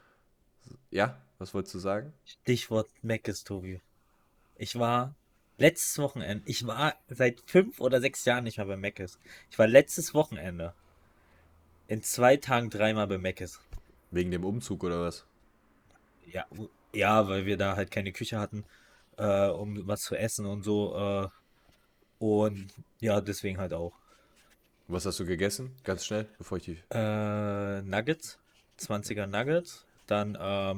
Ja, was wolltest du sagen? Stichwort Meckes, Tobi. Ich war letztes Wochenende, ich war seit 5 oder 6 Jahren nicht mehr bei Meckes. Ich war letztes Wochenende in 2 Tagen 3-mal bei Meckes. Wegen dem Umzug oder was? Ja, weil wir da halt keine Küche hatten, um was zu essen und so. Und ja, deswegen halt auch. Was hast du gegessen? Ganz schnell, bevor ich die. Nuggets, 20er Nuggets, dann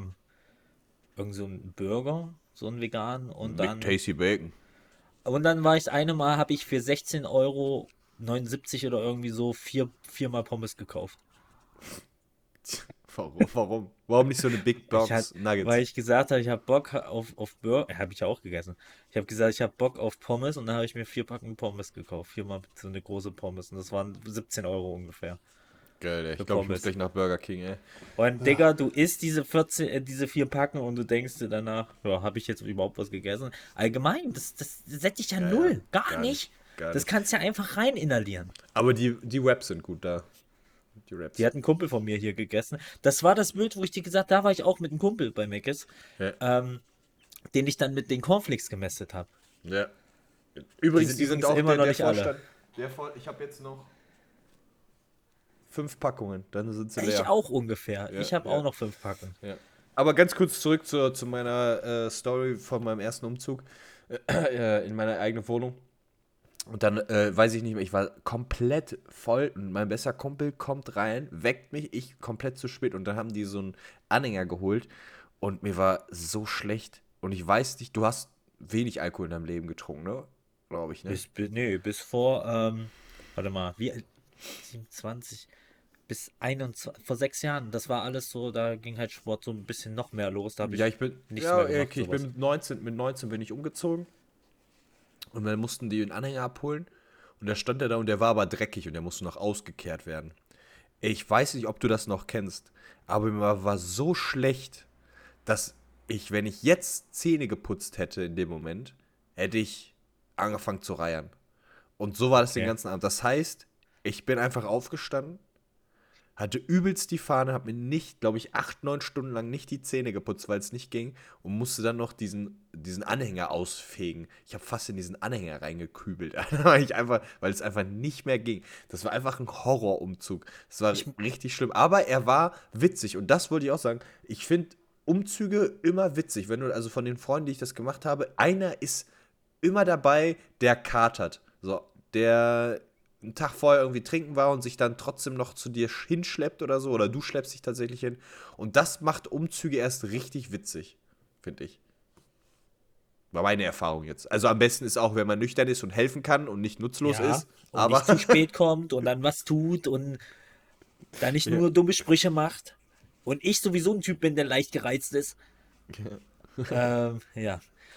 irgend so ein Burger, so ein vegan und dann Tasty Bacon. war ich Mal, habe ich für 16,79 € oder irgendwie so viermal Pommes gekauft. Warum? Warum nicht so eine Big Box Nuggets? Weil ich gesagt habe, ich habe Bock auf Burger, habe ich ja auch gegessen. Ich habe gesagt, ich habe Bock auf Pommes und dann habe ich mir 4 Packen Pommes gekauft. 4-mal so eine große Pommes und das waren 17 € ungefähr. Geil, ey. Ich glaube, ich muss gleich nach Burger King, ey. Und Digga, du isst diese 4 Packen und du denkst dir danach, ja, habe ich jetzt überhaupt was gegessen? Allgemein, das sättigt ja null. Gar nicht. Das kannst du ja einfach rein inhalieren. Aber die Wraps sind gut da. Die hat ein Kumpel von mir hier gegessen. Das war das Bild, wo ich dir gesagt habe, da war ich auch mit einem Kumpel bei Mc's, den ich dann mit den Cornflakes gemästet habe. Ja. Übrigens, die sind auch immer noch nicht alle. Ich habe jetzt noch 5 Packungen, dann sind sie Ich leer. auch ungefähr. Ja, ich habe ja. auch noch 5 Packungen. Ja. Aber ganz kurz zurück zu meiner Story von meinem ersten Umzug in meine eigene Wohnung. Und dann weiß ich nicht mehr, ich war komplett voll und mein bester Kumpel kommt rein, weckt mich, ich komplett zu spät und dann haben die so einen Anhänger geholt und mir war so schlecht und ich weiß nicht, du hast wenig Alkohol in deinem Leben getrunken, ne? Glaube ich, ne? Bis vor, warte mal, 27 bis 21, vor 6 Jahren. Das war alles so, da ging halt Sport so ein bisschen noch mehr los. Da habe Ja, ich ich bin, nichts ja, mehr gemacht. okay, ich sowas. bin mit 19 bin ich umgezogen und dann mussten die einen Anhänger abholen und da stand er da und der war aber dreckig und der musste noch ausgekehrt werden. Ich weiß nicht, ob du das noch kennst, aber mir war so schlecht, dass ich, wenn ich jetzt Zähne geputzt hätte in dem Moment, hätte ich angefangen zu reiern. Und so war das den Okay. ganzen Abend. Das heißt, ich bin einfach aufgestanden, hatte übelst die Fahne, habe mir nicht, glaube ich, 8, 9 Stunden lang nicht die Zähne geputzt, weil es nicht ging und musste dann noch diesen Anhänger ausfegen. Ich habe fast in diesen Anhänger reingekübelt, weil es einfach nicht mehr ging. Das war einfach ein Horrorumzug. Das war richtig schlimm, aber er war witzig und das wollte ich auch sagen. Ich finde Umzüge immer witzig, wenn du, also von den Freunden, die ich das gemacht habe, einer ist immer dabei, der katert. So, der einen Tag vorher irgendwie trinken war und sich dann trotzdem noch zu dir hinschleppt oder so, oder du schleppst dich tatsächlich hin. Und das macht Umzüge erst richtig witzig, finde ich. War meine Erfahrung jetzt. Also am besten ist auch, wenn man nüchtern ist und helfen kann und nicht nutzlos Ja, ist. und Aber nicht zu spät kommt und dann was tut und dann nicht nur dumme Sprüche macht. Und ich sowieso ein Typ bin, der leicht gereizt ist. Ja.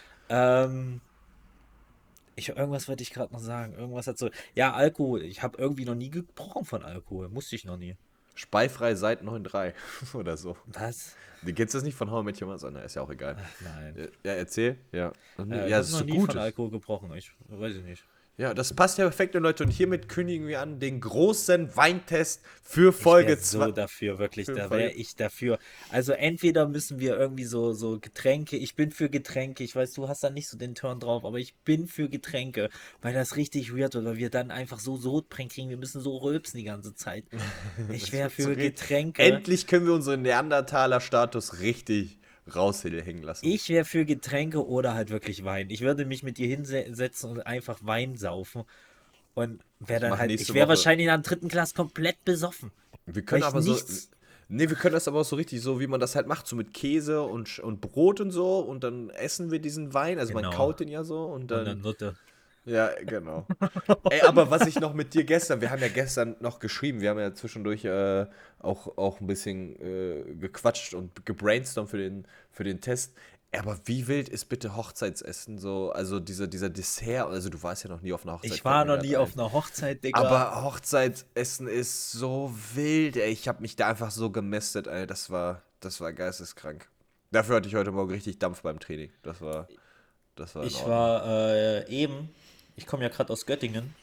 Irgendwas wollte ich gerade noch sagen. Irgendwas hat so. Ja, Alkohol. Ich habe irgendwie noch nie gebrochen von Alkohol. Musste ich noch nie. speifrei seit 9,3 oder so. Was? Du kennst das nicht von How I Met Your Mother, ne? Ist ja auch egal. Nein. Ja, erzähl. Ja. Ich Ja, habe das ist noch so nie gut. von Alkohol gebrochen. Ich weiß nicht. Ja, das passt ja perfekt, Leute. Und hiermit kündigen wir an den großen Weintest für Folge Ich wäre so 2. dafür, wirklich, Für da Folge- wäre ich dafür. Also entweder müssen wir irgendwie so Getränke, ich bin für Getränke, ich weiß, du hast da nicht so den Turn drauf, aber ich bin für Getränke, weil das richtig weird wird, weil wir dann einfach so Sodbrennen kriegen, wir müssen so rülpsen die ganze Zeit. Ich wäre für Getränke. Endlich können wir unseren Neandertaler-Status richtig raushängen lassen. Ich wäre für Getränke oder halt wirklich Wein. Ich würde mich mit dir hinsetzen und einfach Wein saufen. Und wäre dann mach halt, nächste ich wäre Woche- wahrscheinlich in der dritten Klasse komplett besoffen. Wir können weil ich aber so. nichts- Nee, wir können das aber auch so richtig, so wie man das halt macht, so mit Käse und Brot und so. Und dann essen wir diesen Wein. Also man Genau. kaut den ja so und Und dann. dann Nutte. Ja, genau. Ey, aber was ich noch mit dir gestern, wir haben ja gestern noch geschrieben, wir haben ja zwischendurch auch ein bisschen gequatscht und gebrainstormt für den Test. Aber wie wild ist bitte Hochzeitsessen so, also dieser Dessert, also du warst ja noch nie auf einer Hochzeit. Ich war fällt mir noch nie grad auf einer Hochzeit, Digga. Aber Hochzeitsessen ist so wild, ey. Ich habe mich da einfach so gemästet, ey. Das war geisteskrank. Dafür hatte ich heute Morgen richtig Dampf beim Training. Das war in Ich Ordnung. war ich komme ja gerade aus Göttingen.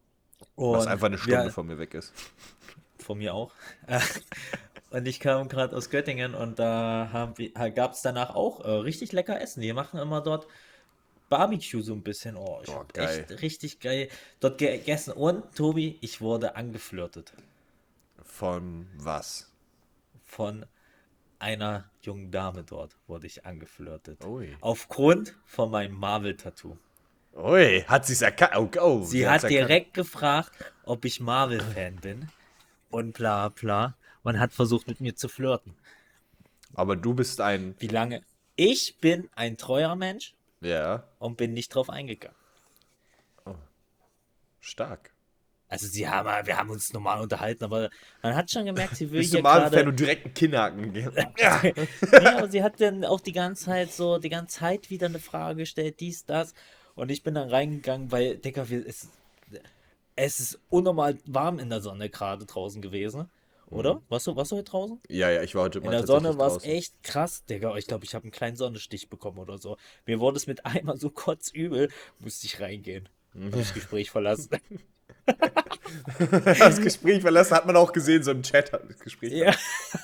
Was Und einfach eine Stunde wir- von mir weg ist. Von mir auch. Und ich kam gerade aus Göttingen und da gab es danach auch richtig lecker Essen. Die machen immer dort Barbecue so ein bisschen. Oh, ich Oh, hab geil. echt richtig geil dort gegessen. Und Tobi, ich wurde angeflirtet Von was? von einer jungen Dame dort. Wurde ich angeflirtet. Ui. Aufgrund von meinem Marvel-Tattoo. Ui, hat sie's erkannt? Oh, Sie hat's hat erkannt. direkt gefragt, ob ich Marvel-Fan bin. Und bla bla. Und hat versucht, mit mir zu flirten. Aber du bist ein. Wie lange? Ich bin ein treuer Mensch Ja, und bin nicht drauf eingegangen. stark. Also wir haben uns normal unterhalten, aber man hat schon gemerkt, sie will Bist du hier Marvel-Fan gerade. und direkt einen Kinnhaken gegeben? Ja. Nee, aber sie hat dann auch die ganze Zeit wieder eine Frage gestellt, dies, das. Und ich bin dann reingegangen, weil, Digga, es ist unnormal warm in der Sonne gerade draußen gewesen. Oder? Warst du heute draußen? Ja, ich war heute mal In der tatsächlich Sonne war es draußen. echt krass, Digga. Ich glaube, ich habe einen kleinen Sonnenstich bekommen oder so. Mir wurde es mit einmal so kotzübel, musste ich reingehen. Hab das Gespräch verlassen. Das Gespräch verlassen, hat man auch gesehen, so im Chat hat das Gespräch Ja.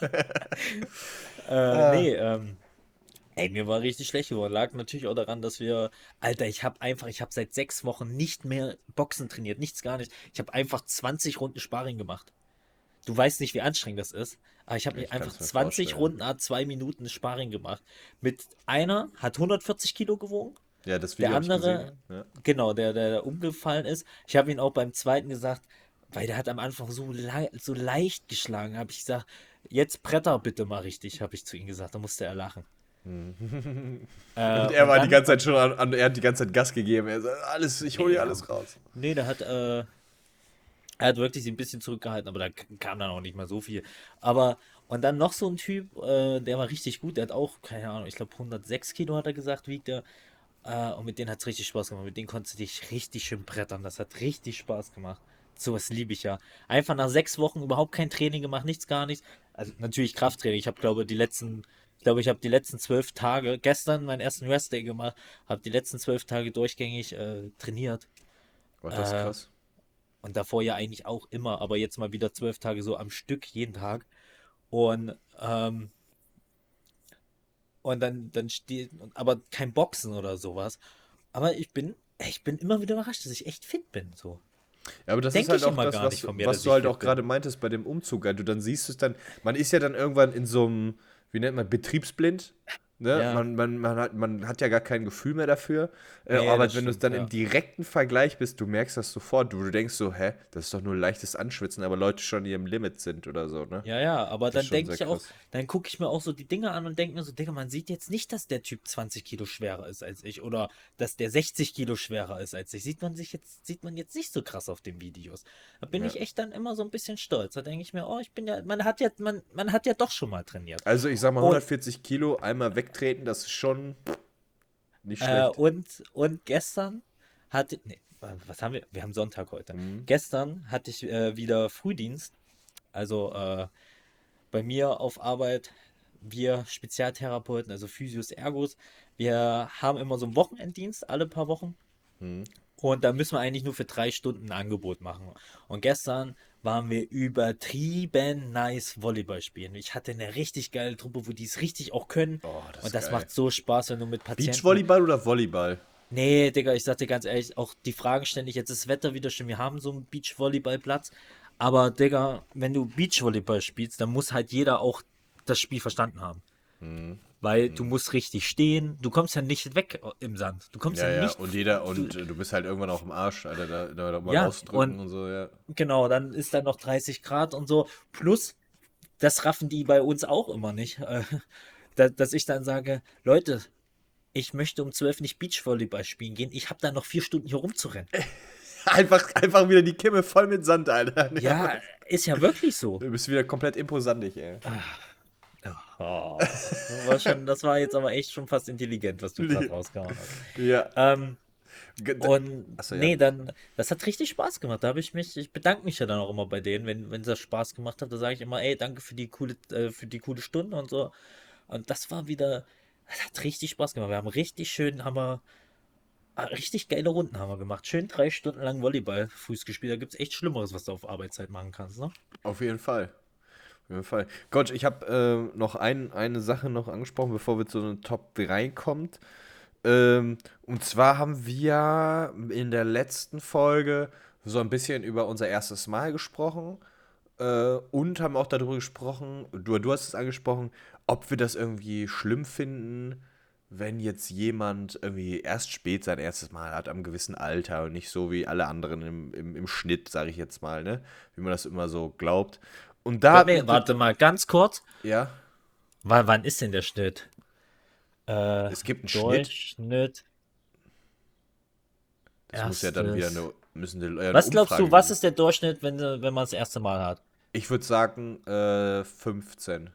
Ey, mir war richtig schlecht geworden. Lag natürlich auch daran, dass Alter, ich habe seit 6 Wochen nicht mehr Boxen trainiert. Nichts, gar nicht. Ich habe einfach 20 Runden Sparring gemacht. Du weißt nicht, wie anstrengend das ist. Aber ich habe Ich einfach kann's mir 20 vorstellen. Runden, 2 Minuten Sparring gemacht. Mit einer hat 140 Kilo gewogen. Ja, das Der Video hab ich andere, gesehen. Ja. genau, der umgefallen ist. Ich habe ihn auch beim zweiten gesagt, weil der hat am Anfang so leicht geschlagen. Habe ich gesagt, jetzt Bretter bitte mal richtig, habe ich zu ihm gesagt. Da musste er lachen. Und er war die ganze Zeit schon er hat die ganze Zeit Gas gegeben. Er sagt, ich hole hier alles raus. Nee, der hat Er hat wirklich sich ein bisschen zurückgehalten, aber da kam dann auch nicht mehr so viel. Aber, und dann noch so ein Typ, der war richtig gut, der hat auch, keine Ahnung, ich glaube 106 Kilo hat er gesagt, wiegt er. Und mit denen hat es richtig Spaß gemacht. Mit denen konntest du dich richtig schön brettern. Das hat richtig Spaß gemacht. Sowas liebe ich ja. Einfach nach 6 Wochen überhaupt kein Training gemacht, nichts, gar nichts. Also natürlich Krafttraining. Ich habe die letzten 12 Tage, gestern meinen ersten Rest-Day gemacht, habe die letzten 12 Tage durchgängig trainiert. War das Äh, krass? und davor ja eigentlich auch immer, aber jetzt mal wieder 12 Tage so am Stück jeden Tag. Und, dann steht, aber kein Boxen oder sowas. Aber ich bin immer wieder überrascht, dass ich echt fit bin. So. Ja, aber das ist Denke halt ich auch immer das, gar nicht was, von mir, was dass du ich halt fit auch bin. gerade meintest bei dem Umzug. Also dann siehst du es dann, man ist ja dann irgendwann in so einem, wie nennt man, betriebsblind. Ne? Ja. Man hat ja gar kein Gefühl mehr dafür. Nee, Aber das wenn du es stimmt, dann ja. im direkten Vergleich bist, du merkst das sofort. Du denkst so, hä, das ist doch nur leichtes Anschwitzen, aber Leute schon in ihrem Limit sind oder so, ne? Ja, ja, aber Das ist dann schon denke sehr ich auch, krass. dann gucke ich mir auch so die Dinge an und denke mir so, Digga, man sieht jetzt nicht, dass der Typ 20 Kilo schwerer ist als ich oder dass der 60 Kilo schwerer ist als ich. Sieht man jetzt nicht so krass auf den Videos. Da bin Ja. ich echt dann immer so ein bisschen stolz. Da denke ich mir, oh, man hat ja doch schon mal trainiert. Also ich sag mal, Und, 140 Kilo einmal wegtreten, das ist schon nicht schlecht. und gestern nee, was haben wir? Wir haben Sonntag heute. Mhm. Gestern hatte ich wieder Frühdienst. Also bei mir auf Arbeit, wir Spezialtherapeuten, also Physios, Ergos, wir haben immer so einen Wochenenddienst alle paar Wochen. Mhm. Und da müssen wir eigentlich nur für 3 Stunden ein Angebot machen. Und gestern waren wir übertrieben nice Volleyball spielen. Ich hatte eine richtig geile Truppe, wo die es richtig auch können. Oh, das Und ist das geil. macht so Spaß, wenn du mit Patienten. Beachvolleyball oder Volleyball? Nee, Digga, ich sag dir ganz ehrlich, auch die Fragen ständig, jetzt ist das Wetter wieder schön, wir haben so einen Beachvolleyballplatz, aber Digga, wenn du Beachvolleyball spielst, dann muss halt jeder auch das Spiel verstanden haben. Mhm. Weil du musst richtig stehen, du kommst ja nicht weg im Sand. Du kommst Ja, ja ja, nicht. und jeder, Du, du bist halt irgendwann auch im Arsch, Alter, da mal ja, rausdrücken und so, ja. genau, dann ist da noch 30 Grad und so. Plus, das raffen die bei uns auch immer nicht. Dass ich dann sage, Leute, ich möchte um 12 nicht Beachvolleyball spielen gehen, ich habe da noch 4 Stunden hier rumzurennen. Einfach wieder die Kimme voll mit Sand, Alter. Ja, ist ja wirklich so. Du bist wieder komplett imposantig, ey. Oh, das war jetzt aber echt schon fast intelligent, was du gerade rausgehauen hast. Ja. Und Achso, ja. nee, das hat richtig Spaß gemacht. Ich bedanke mich ja dann auch immer bei denen, wenn das Spaß gemacht hat, da sage ich immer, ey, danke für die coole Stunde und so. Und das hat richtig Spaß gemacht. Richtig geile Runden haben wir gemacht. Schön 3 Stunden lang Volleyball-Fuß gespielt. Da gibt es echt Schlimmeres, was du auf Arbeitszeit machen kannst, ne? Auf jeden Fall. Auf jeden Fall. Gott, ich habe noch eine Sache noch angesprochen, bevor wir zu den Top 3 kommt. Und zwar haben wir in der letzten Folge so ein bisschen über unser erstes Mal gesprochen und haben auch darüber gesprochen, du hast es angesprochen, ob wir das irgendwie schlimm finden, wenn jetzt jemand irgendwie erst spät sein erstes Mal hat, am gewissen Alter und nicht so wie alle anderen im Schnitt, sage ich jetzt mal, ne? Wie man das immer so glaubt. Und da Warte mal, ganz kurz. ja, Wann ist denn der Schnitt? es gibt einen Schnitt. Durchschnitt. Das muss ja dann wieder Erstes. eine Was glaubst Umfrage du, was geben. ist der Durchschnitt, wenn man das erste Mal hat? Ich würde sagen 15.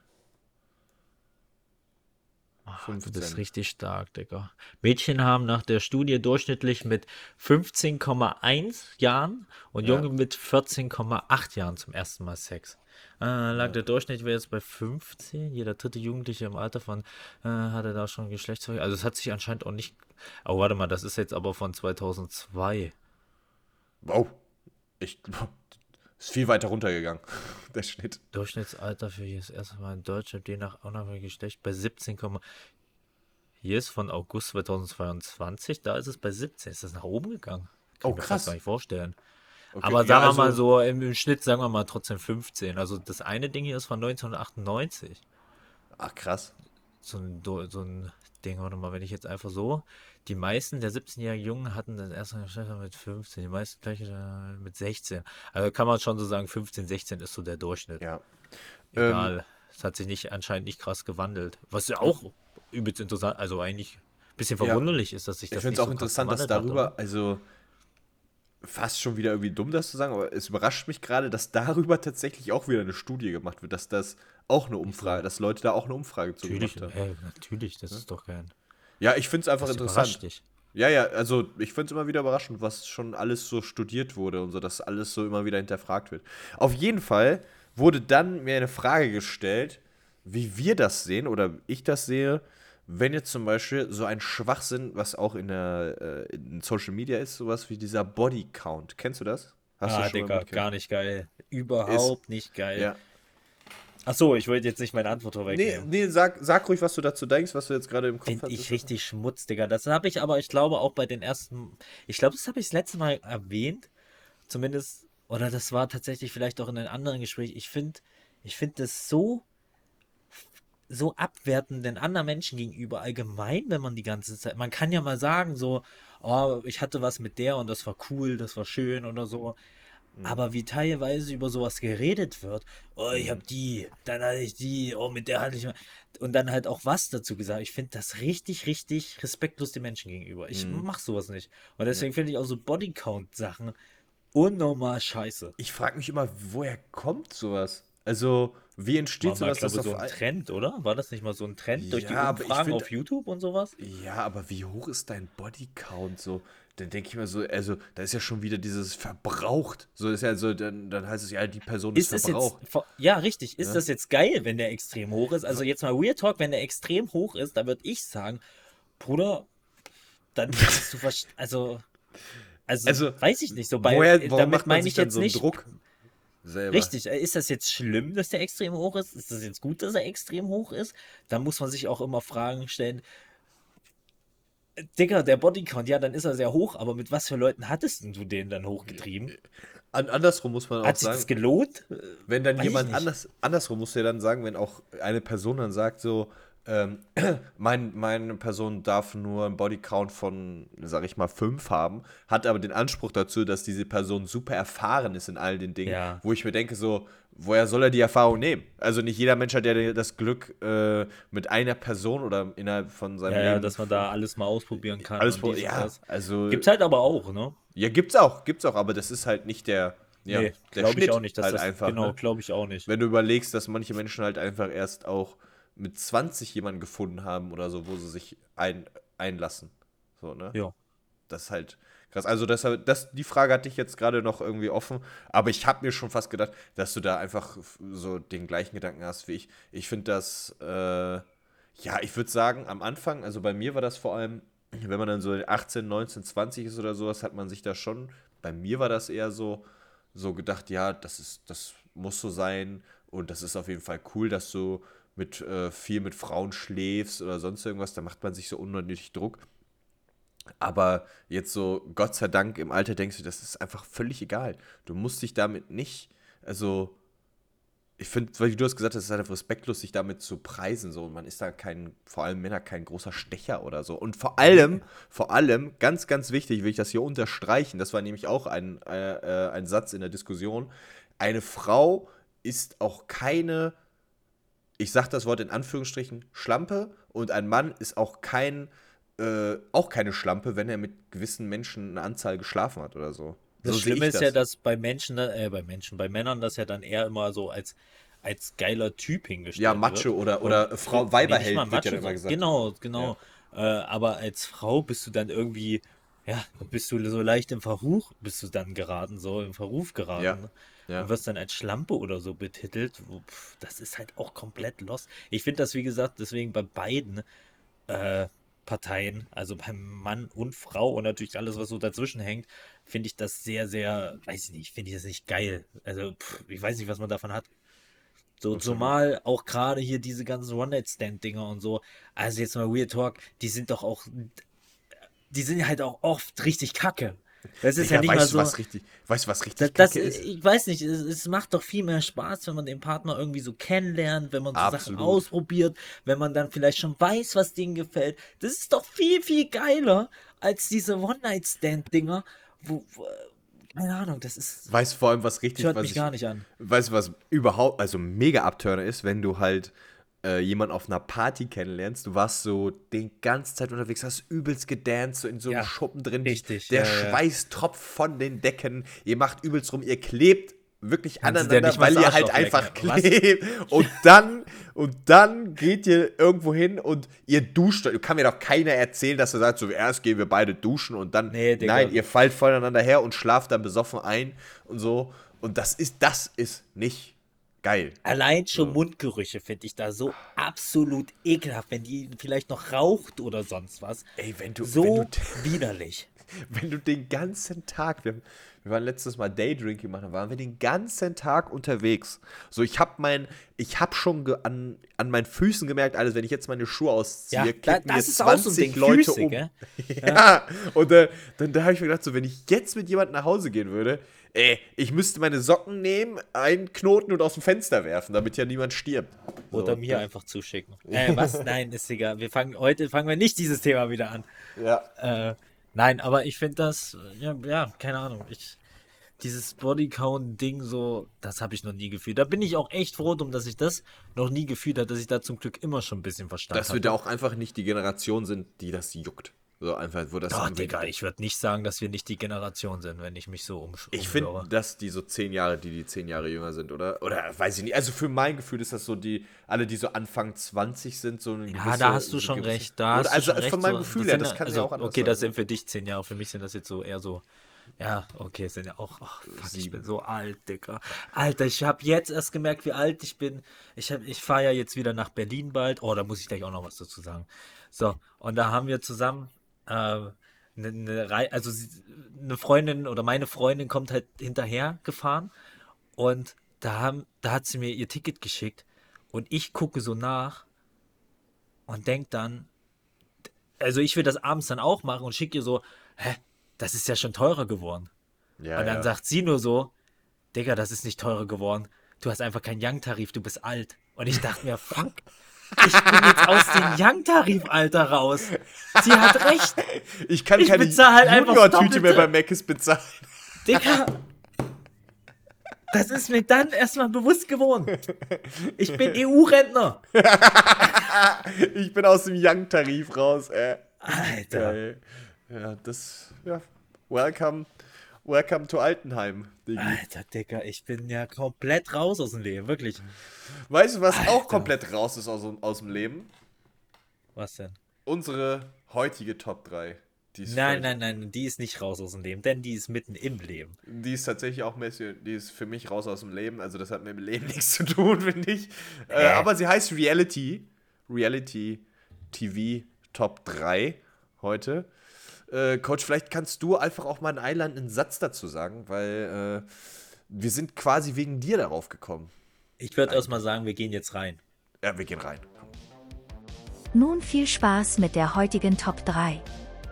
Du bist 15. richtig stark, Digga. Mädchen haben nach der Studie durchschnittlich mit 15,1 Jahren und Ja. Junge mit 14,8 Jahren zum ersten Mal Sex. Der Durchschnitt wäre jetzt bei 15. Jeder dritte Jugendliche im Alter von hatte da schon Geschlechtsverkehr. Also es hat sich anscheinend auch nicht. Oh, warte mal, das ist jetzt aber von 2002. Wow. Ist viel weiter runtergegangen, der Schnitt. Durchschnittsalter für jedes erste Mal in Deutschland, je nach unabhängigem Geschlecht, bei 17, hier ist von August 2022, da ist es bei 17. Ist das nach oben gegangen? Kann Oh, ich mir fast krass. gar nicht vorstellen. Okay, Aber ja, sagen wir also- mal so, im Schnitt sagen wir mal trotzdem 15. Also das eine Ding hier ist von 1998. Ach, krass. So ein Ding, warte mal, wenn ich jetzt einfach so, die meisten der 17-jährigen Jungen hatten das erste Geschlecht mit 15, die meisten gleich mit 16. Also kann man schon so sagen, 15, 16 ist so der Durchschnitt. Ja. Egal. Es hat sich anscheinend nicht krass gewandelt. Was ja auch übelst interessant, also eigentlich ein bisschen Ja. verwunderlich ist, dass sich Ich das finde nicht es auch so krass interessant, dass gewandelt hat, darüber, oder? also fast schon wieder irgendwie dumm, das zu sagen, aber es überrascht mich gerade, dass darüber tatsächlich auch wieder eine Studie gemacht wird, dass das auch eine Umfrage, dass Leute da auch eine Umfrage zu Natürlich, gemacht haben. natürlich, das ist doch kein. Ja, ich finde es einfach Das interessant. überrascht dich. Ja, also ich finde es immer wieder überraschend, was schon alles so studiert wurde und so, dass alles so immer wieder hinterfragt wird. Auf jeden Fall wurde dann mir eine Frage gestellt, wie wir das sehen oder ich das sehe, wenn jetzt zum Beispiel so ein Schwachsinn, was auch in Social Media ist, sowas wie dieser Bodycount. Kennst du das? Hast du schon mal Digga, mitgekriegt? gar nicht geil. Überhaupt nicht geil. Ja. Achso, ich wollte jetzt nicht meine Antwort Nee, vorwegnehmen. sag ruhig, was du dazu denkst, was du jetzt gerade im Kopf Finde hast. ich richtig Schmutz, Digga. Das habe ich aber, ich glaube, auch bei den ersten. Ich glaube, das habe ich das letzte Mal erwähnt. Zumindest. Oder das war tatsächlich vielleicht auch in einem anderen Gespräch. Ich find das so abwertend den anderen Menschen gegenüber allgemein, wenn man die ganze Zeit. Man kann ja mal sagen, so, oh, ich hatte was mit der und das war cool, das war schön oder so. Aber wie teilweise über sowas geredet wird, oh, ich hab die, dann hatte ich die, oh, mit der hatte ich mal. Und dann halt auch was dazu gesagt. Ich finde das richtig, richtig respektlos den Menschen gegenüber. Ich mach sowas nicht. Und deswegen finde ich auch so Bodycount-Sachen unnormal scheiße. Ich frage mich immer, woher kommt sowas? Also, wie entsteht War mal, sowas, glaube dass ich, so auf ein Trend, oder? War das nicht mal so ein Trend durch die Ja, aber ich Umfragen find- auf YouTube und sowas? Ja, aber wie hoch ist dein Bodycount so? Dann denke ich mir so, also, da ist ja schon wieder dieses verbraucht. So ist ja so, dann heißt es ja, die Person ist Ist es jetzt, verbraucht. ja, richtig, ist das jetzt geil, wenn der extrem hoch ist? Also jetzt mal Real Talk, wenn der extrem hoch ist, da würde ich sagen, Bruder, dann kannst du, Also, weiß ich nicht, so warum damit macht man meine sich ich dann jetzt so einen nicht, Druck selber? richtig, ist das jetzt schlimm, dass der extrem hoch ist? Ist das jetzt gut, dass er extrem hoch ist? Da muss man sich auch immer Fragen stellen, Digga, der Bodycount, ja, dann ist er sehr hoch, aber mit was für Leuten hattest denn du den dann hochgetrieben? Andersrum muss man auch Hat sich sagen, das gelohnt? wenn dann Weiß ich jemand nicht. andersrum muss ja dann sagen, wenn auch eine Person dann sagt, so, ähm, meine Person darf nur einen Bodycount von, sag ich mal, 5 haben, hat aber den Anspruch dazu, dass diese Person super erfahren ist in all den Dingen, Ja. wo ich mir denke, so, woher soll er die Erfahrung nehmen? Also nicht jeder Mensch hat ja das Glück, mit einer Person oder innerhalb von seinem Ja, Leben dass man da alles mal ausprobieren kann alles, und dies und ja, das. also, Gibt's halt aber auch, ne? ja, gibt's auch, aber das ist halt nicht der Nee, der glaube ich Schnitt auch nicht, dass halt das, einfach, genau, ne? glaube ich auch nicht. Wenn du überlegst, dass manche Menschen halt einfach erst auch mit 20 jemanden gefunden haben oder so, wo sie sich einlassen. So, ne? Ja. Das ist halt krass. Also deshalb, die Frage hatte ich jetzt gerade noch irgendwie offen, aber ich habe mir schon fast gedacht, dass du da einfach so den gleichen Gedanken hast wie ich. Ich finde das, ja, ich würde sagen, am Anfang, also bei mir war das vor allem, wenn man dann so 18, 19, 20 ist oder sowas, hat man sich da schon, bei mir war das eher so gedacht, ja, das muss so sein und das ist auf jeden Fall cool, dass du viel mit Frauen schläfst oder sonst irgendwas, da macht man sich so unnötig Druck. Aber jetzt so, Gott sei Dank, im Alter denkst du, das ist einfach völlig egal. Du musst dich damit nicht, also, ich finde, weil wie du hast gesagt hast, es ist einfach respektlos, sich damit zu preisen, so. Und man ist da vor allem Männer, kein großer Stecher oder so. Und vor allem, ganz, ganz wichtig, will ich das hier unterstreichen, das war nämlich auch ein Satz in der Diskussion, eine Frau ist auch keine, ich sag das Wort in Anführungsstrichen, Schlampe und ein Mann ist auch keine Schlampe, wenn er mit gewissen Menschen eine Anzahl geschlafen hat oder so. Das So sehe Schlimme ich ist ja, das. dass bei Männern das ja dann eher immer so als geiler Typ hingestellt Ja, wird. Macho oder Und Frau nee, nicht Weiberheld mal wird ja Macho, immer gesagt. genau, genau. Aber als Frau bist du dann irgendwie, ja, bist du so leicht bist du dann geraten, so im Verruf geraten. Ja, Ne? ja. Und wirst dann als Schlampe oder so betitelt. Das ist halt auch komplett lost. Ich finde das, wie gesagt, deswegen bei beiden Parteien, also beim Mann und Frau und natürlich alles, was so dazwischen hängt, finde ich das sehr, sehr, weiß ich nicht, finde ich das nicht geil. Also, ich weiß nicht, was man davon hat. So, Absolut. zumal auch gerade hier diese ganzen One-Night-Stand-Dinger und so. Also jetzt mal Real Talk, die sind halt auch oft richtig kacke. Das ist ja nicht mal so. Weißt du, was richtig Das, kacke ist? ich weiß nicht, es macht doch viel mehr Spaß, wenn man den Partner irgendwie so kennenlernt, wenn man so Sachen Absolut. ausprobiert, wenn man dann vielleicht schon weiß, was denen gefällt. Das ist doch viel, viel geiler als diese One-Night-Stand-Dinger, keine Ahnung, das Weißt du vor allem, was hört mich gar nicht an. weißt du, was überhaupt, also mega Abturner ist, wenn du halt jemanden auf einer Party kennenlernst, du warst so die ganze Zeit unterwegs, hast übelst gedanced, so in so einem Ja, Schuppen drin, richtig, der ja, ja. Schweiß tropft von den Decken, ihr macht übelst rum, ihr klebt wirklich Kannst du dir aneinander, nicht mal weil das ihr halt Arschloch einfach lecken, was? klebt und dann geht ihr irgendwo hin und ihr duscht, kann mir doch keiner erzählen, dass er sagt, so erst gehen wir beide duschen und dann, Nee, Digga. nein, ihr fallt voneinander her und schlaft dann besoffen ein und so und das ist nicht geil. Allein schon Mundgerüche finde ich da so absolut ekelhaft, wenn die vielleicht noch raucht oder sonst was. Ey, So widerlich. wenn du den ganzen Tag, wir waren letztes Mal Daydrink gemacht, da waren wir den ganzen Tag unterwegs. So, ich hab schon an meinen Füßen gemerkt, alles, wenn ich jetzt meine Schuhe ausziehe, Ja, kippen mir das ist auch so ein 20 Ding, Leute Füße, um. gell? Ja, und da habe ich mir gedacht, so, wenn ich jetzt mit jemandem nach Hause gehen würde, ich müsste meine Socken nehmen, einknoten und aus dem Fenster werfen, damit ja niemand stirbt. Oder So, mir einfach zuschicken. Was? Nein, ist egal. Heute fangen wir nicht dieses Thema wieder an. Ja. Nein, aber ich finde das, ja, keine Ahnung. Dieses Bodycount-Ding so, das habe ich noch nie gefühlt. Da bin ich auch echt froh drum, dass ich das noch nie gefühlt habe, dass ich da zum Glück immer schon ein bisschen Verstand Dass wir hatte. da auch einfach nicht die Generation sind, die das juckt. So einfach, wo das Doch, irgendwie- Digga, ich würde nicht sagen, dass wir nicht die Generation sind, wenn ich mich so Ich finde, umhöre. dass die so 10 Jahre, die 10 Jahre jünger sind, oder? Oder weiß ich nicht. Also für mein Gefühl ist das so, alle, die so Anfang 20 sind, so eine Ja, da hast du schon recht. Da oder, hast du also schon recht. von meinem So, Gefühl das her, sind das kann also, ja auch anders okay, das sein. sind für dich 10 Jahre. Für mich sind das jetzt so eher so. Ja, okay, es sind ja auch. Ach, fuck, ich 7. bin so alt, Digga. Alter, ich habe jetzt erst gemerkt, wie alt ich bin. Ich fahre ja jetzt wieder nach Berlin bald. Oh, da muss ich gleich auch noch was dazu sagen. So, und da haben wir zusammen eine Freundin oder meine Freundin kommt halt hinterher gefahren und da hat sie mir ihr Ticket geschickt und ich gucke so nach und denke dann, also ich will das abends dann auch machen und schicke ihr so, das ist ja schon teurer geworden. Ja, Und dann ja. sagt sie nur so, Digga, das ist nicht teurer geworden. Du hast einfach keinen Young-Tarif, du bist alt. Und ich dachte mir, fuck, ich bin jetzt aus dem Young-Tarif, Alter, raus. Sie hat recht. Ich kann Ich keine bezahle halt einfach das Junior-Tüte mehr Doppelte. bei Mc's bezahlen. Digga, das ist mir dann erstmal bewusst geworden. Ich bin EU-Rentner. Ich bin aus dem Young-Tarif raus, Alter. Geil. Ja, welcome to Altenheim, Digi. Alter, Digga, ich bin ja komplett raus aus dem Leben, wirklich. Weißt du, was auch Alter. komplett raus ist aus dem Leben? Was denn? Unsere heutige Top 3. Die ist Nein, die ist nicht raus aus dem Leben, denn die ist mitten im Leben. Die ist tatsächlich auch die ist für mich raus aus dem Leben, also das hat mit dem Leben nichts zu tun, finde ich. Aber sie heißt Reality TV Top 3 heute. Coach, vielleicht kannst du einfach auch mal in Eiland einen Satz dazu sagen, weil wir sind quasi wegen dir darauf gekommen. Ich würde erstmal sagen, wir gehen jetzt rein. Ja, wir gehen rein. Nun viel Spaß mit der heutigen Top 3.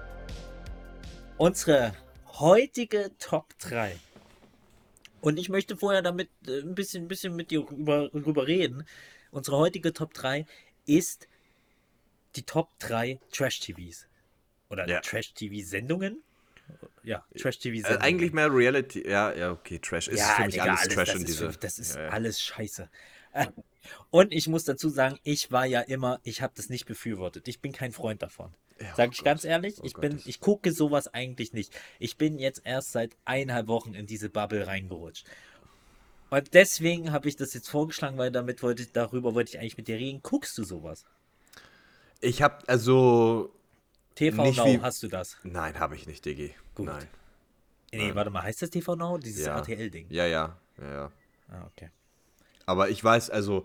Unsere heutige Top 3. Und ich möchte vorher damit ein bisschen mit dir rüber reden. Unsere heutige Top 3 ist die Top 3 Trash-TVs. Oder Ja. Trash-TV-Sendungen. Ja, Trash-TV-Sendungen. Eigentlich mehr Reality. Ja, okay, Trash. Ist für mich Digga, alles Trash das in ist diese. das ist Ja. alles scheiße. Und ich muss dazu sagen, ich habe das nicht befürwortet. Ich bin kein Freund davon. Ja, Sag oh ich Gott. ganz ehrlich, Oh ich Gott. gucke sowas eigentlich nicht. Ich bin jetzt erst seit 1,5 Wochen in diese Bubble reingerutscht. Und deswegen habe ich das jetzt vorgeschlagen, weil darüber wollte ich eigentlich mit dir reden. Guckst du sowas? Ich hab, also. TV Nicht Now, wie- hast du das? Nein, habe ich nicht, Diggi. Gut. Nein. Nee, warte mal, heißt das TV Now? Dieses Ja. RTL-Ding. Ja. Ah, okay. Aber ich weiß, also,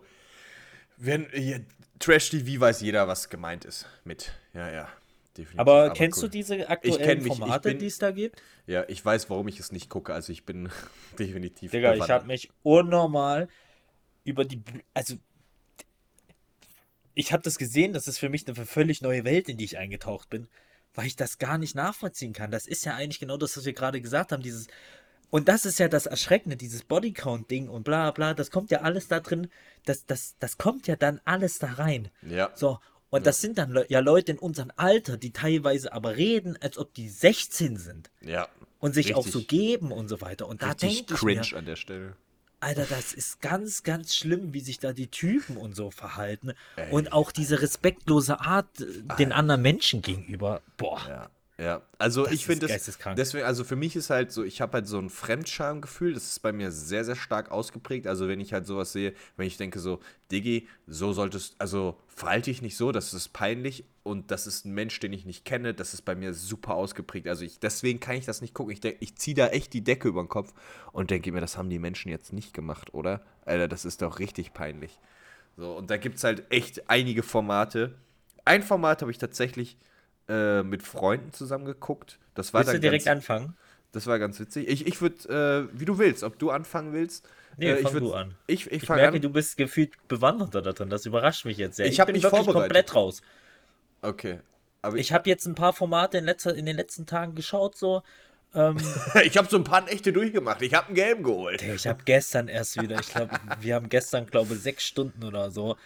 Trash-TV weiß jeder, was gemeint ist mit. Ja, definitiv. Aber kennst cool. du diese kenn aktuellen mich, ich Formate, bin- die es da gibt? Ja, ich weiß, warum ich es nicht gucke. Also ich bin definitiv. Digga, ich bewandert. habe mich unnormal also ich habe das gesehen, das ist für mich eine völlig neue Welt, in die ich eingetaucht bin, weil ich das gar nicht nachvollziehen kann. Das ist ja eigentlich genau das, was wir gerade gesagt haben, und das ist ja das Erschreckende, dieses Bodycount-Ding und bla bla, das kommt ja alles da drin, das kommt ja dann alles da rein. Ja. So, und das sind dann ja Leute in unserem Alter, die teilweise aber reden, als ob die 16 sind Ja. und sich auch Richtig- so geben und so weiter. Und da Richtig denke ich cringe mir, an der Stelle. Alter, das ist ganz, ganz schlimm, wie sich da die Typen und so verhalten. Und auch diese respektlose Art den anderen Menschen gegenüber. Boah. Ja. Ja, also Das ich finde ist das, geisteskrank. deswegen, also für mich ist halt so, ich habe halt so ein Fremdschamgefühl, das ist bei mir sehr, sehr stark ausgeprägt, also wenn ich halt sowas sehe, wenn ich denke so, Diggi, so solltest, also verhalte dich nicht so, das ist peinlich und das ist ein Mensch, den ich nicht kenne, das ist bei mir super ausgeprägt, also deswegen kann ich das nicht gucken, ich ziehe da echt die Decke über den Kopf und denke mir, das haben die Menschen jetzt nicht gemacht, oder? Alter, das ist doch richtig peinlich. So, und da gibt es halt echt einige Formate. Ein Format habe ich tatsächlich mit Freunden zusammen geguckt. Das war Willst du dann direkt ganz, anfangen? das war ganz witzig. Ich würde, wie du willst, ob du anfangen willst. Nee, ich fang würd- du an. Ich Ich fange merke, an. du bist gefühlt bewanderter da drin. Das überrascht mich jetzt sehr. Ich hab bin mich wirklich vorbereitet. komplett raus. Okay. Aber Ich habe jetzt ein paar Formate in den letzten Tagen geschaut, so. ich habe so ein paar echte durchgemacht. Ich habe einen gelben geholt. Ich habe gestern erst wieder, ich glaube, wir haben gestern, glaube ich, 6 Stunden oder so.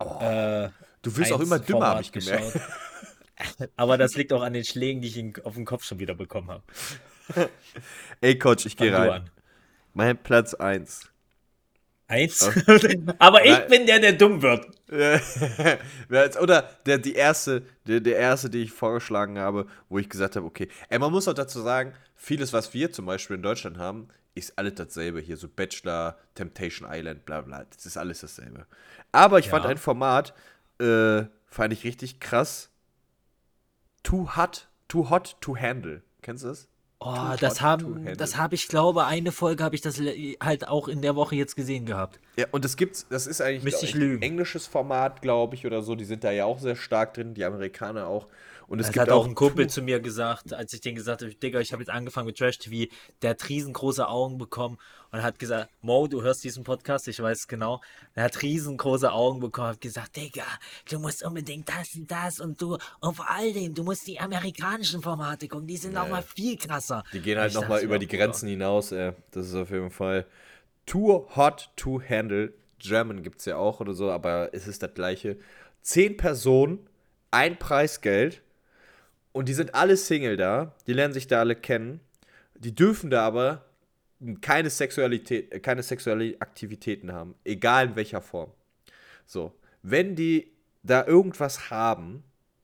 Du wirst auch immer dümmer, habe ich gemerkt. Aber das liegt auch an den Schlägen, die ich auf den Kopf schon wieder bekommen habe. Ey, Coach, ich gehe Fang du rein. an. Mein Platz 1. 1. Aber ich Nein. bin der dumm wird. Oder die erste, der erste, die ich vorgeschlagen habe, wo ich gesagt habe, okay. Ey, man muss auch dazu sagen, vieles, was wir zum Beispiel in Deutschland haben, ist alles dasselbe. Hier so Bachelor, Temptation Island, bla bla. Das ist alles dasselbe. Aber ich fand ein Format, fand ich richtig krass. Too Hot to Handle. Kennst du das? Oh, Too das hot to haben, handle. das habe ich glaube, eine Folge habe ich das halt auch in der Woche jetzt gesehen gehabt. Ja, und das ist eigentlich Müsste ich glaub lügen. ein englisches Format, glaube ich, oder so. Die sind da ja auch sehr stark drin, die Amerikaner auch. Und es Das gibt hat auch ein Kumpel Too- zu mir gesagt, als ich den gesagt habe, Digga, ich habe jetzt angefangen mit Trash TV, der hat riesengroße Augen bekommen und hat gesagt, Mo, du hörst diesen Podcast, ich weiß es genau, er hat riesengroße Augen bekommen, hat gesagt, Digga, du musst unbedingt das und vor allem, du musst die amerikanischen Formate gucken, die sind noch mal viel krasser. Die gehen Und halt ich nochmal dachte über mir, die Bruder, Grenzen hinaus, ey. Das ist auf jeden Fall Too Hot to Handle. German gibt es ja auch oder so, aber es ist das gleiche. 10 Personen, ein Preisgeld und die sind alle Single da. Die lernen sich da alle kennen. Die dürfen da aber keine sexuelle Aktivitäten haben, egal in welcher Form. So, wenn die da irgendwas haben,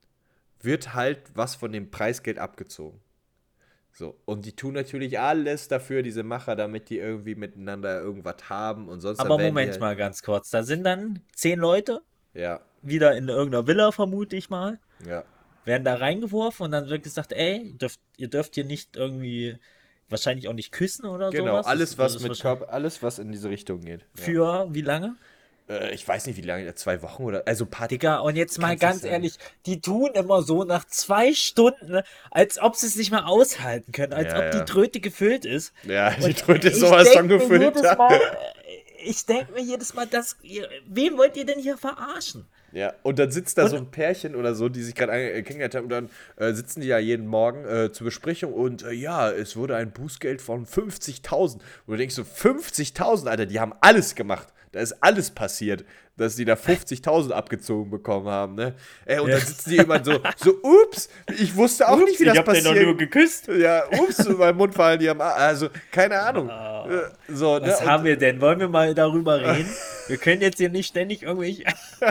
wird halt was von dem Preisgeld abgezogen. So, und die tun natürlich alles dafür, diese Macher, damit die irgendwie miteinander irgendwas haben und sonst aber dann werden Moment die mal ganz kurz, da sind dann 10 Leute, Ja, wieder in irgendeiner Villa, vermute ich mal, ja. werden da reingeworfen und dann wird gesagt, ey, ihr dürft hier nicht irgendwie, wahrscheinlich auch nicht küssen oder Genau, sowas. alles, Das was ist mit wahrscheinlich- Körper, alles, was in diese Richtung geht. Ja. Für wie lange? Ich weiß nicht, wie lange, 2 Wochen oder, also Party. Digga, und jetzt mal Kann's nicht ganz sagen. ehrlich, die tun immer so nach 2 Stunden, als ob sie es nicht mehr aushalten können, als Ja, ob ja. die Tröte gefüllt ist. Ja, die Und Tröte ist ich sowas denk von mir gefüllt. jedes Mal, ich denke mir jedes Mal, wen wollt ihr denn hier verarschen? Ja, und dann sitzt da Und- so ein Pärchen oder so, die sich gerade kennengelernt haben, und dann sitzen die ja jeden Morgen zur Besprechung und ja, es wurde ein Bußgeld von 50.000. Und du denkst so, 50.000, Alter, die haben alles gemacht. Da ist alles passiert, dass die da 50.000 abgezogen bekommen haben, ne? Und dann sitzen die immer so, ups, ich wusste auch nicht, wie das passiert. geküsst. Ja, ups, in meinem Mund fallen die am also, keine Ahnung. So, ne? Was haben wir denn? Wollen wir mal darüber reden? Wir können jetzt hier nicht ständig irgendwie.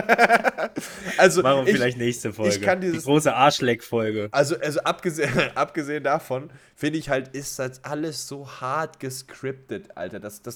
Also, Machen wir vielleicht nächste Folge. ich kann Die dieses, große Arschleck-Folge. Also abgesehen davon, finde ich halt, ist das alles so hart gescriptet, Alter.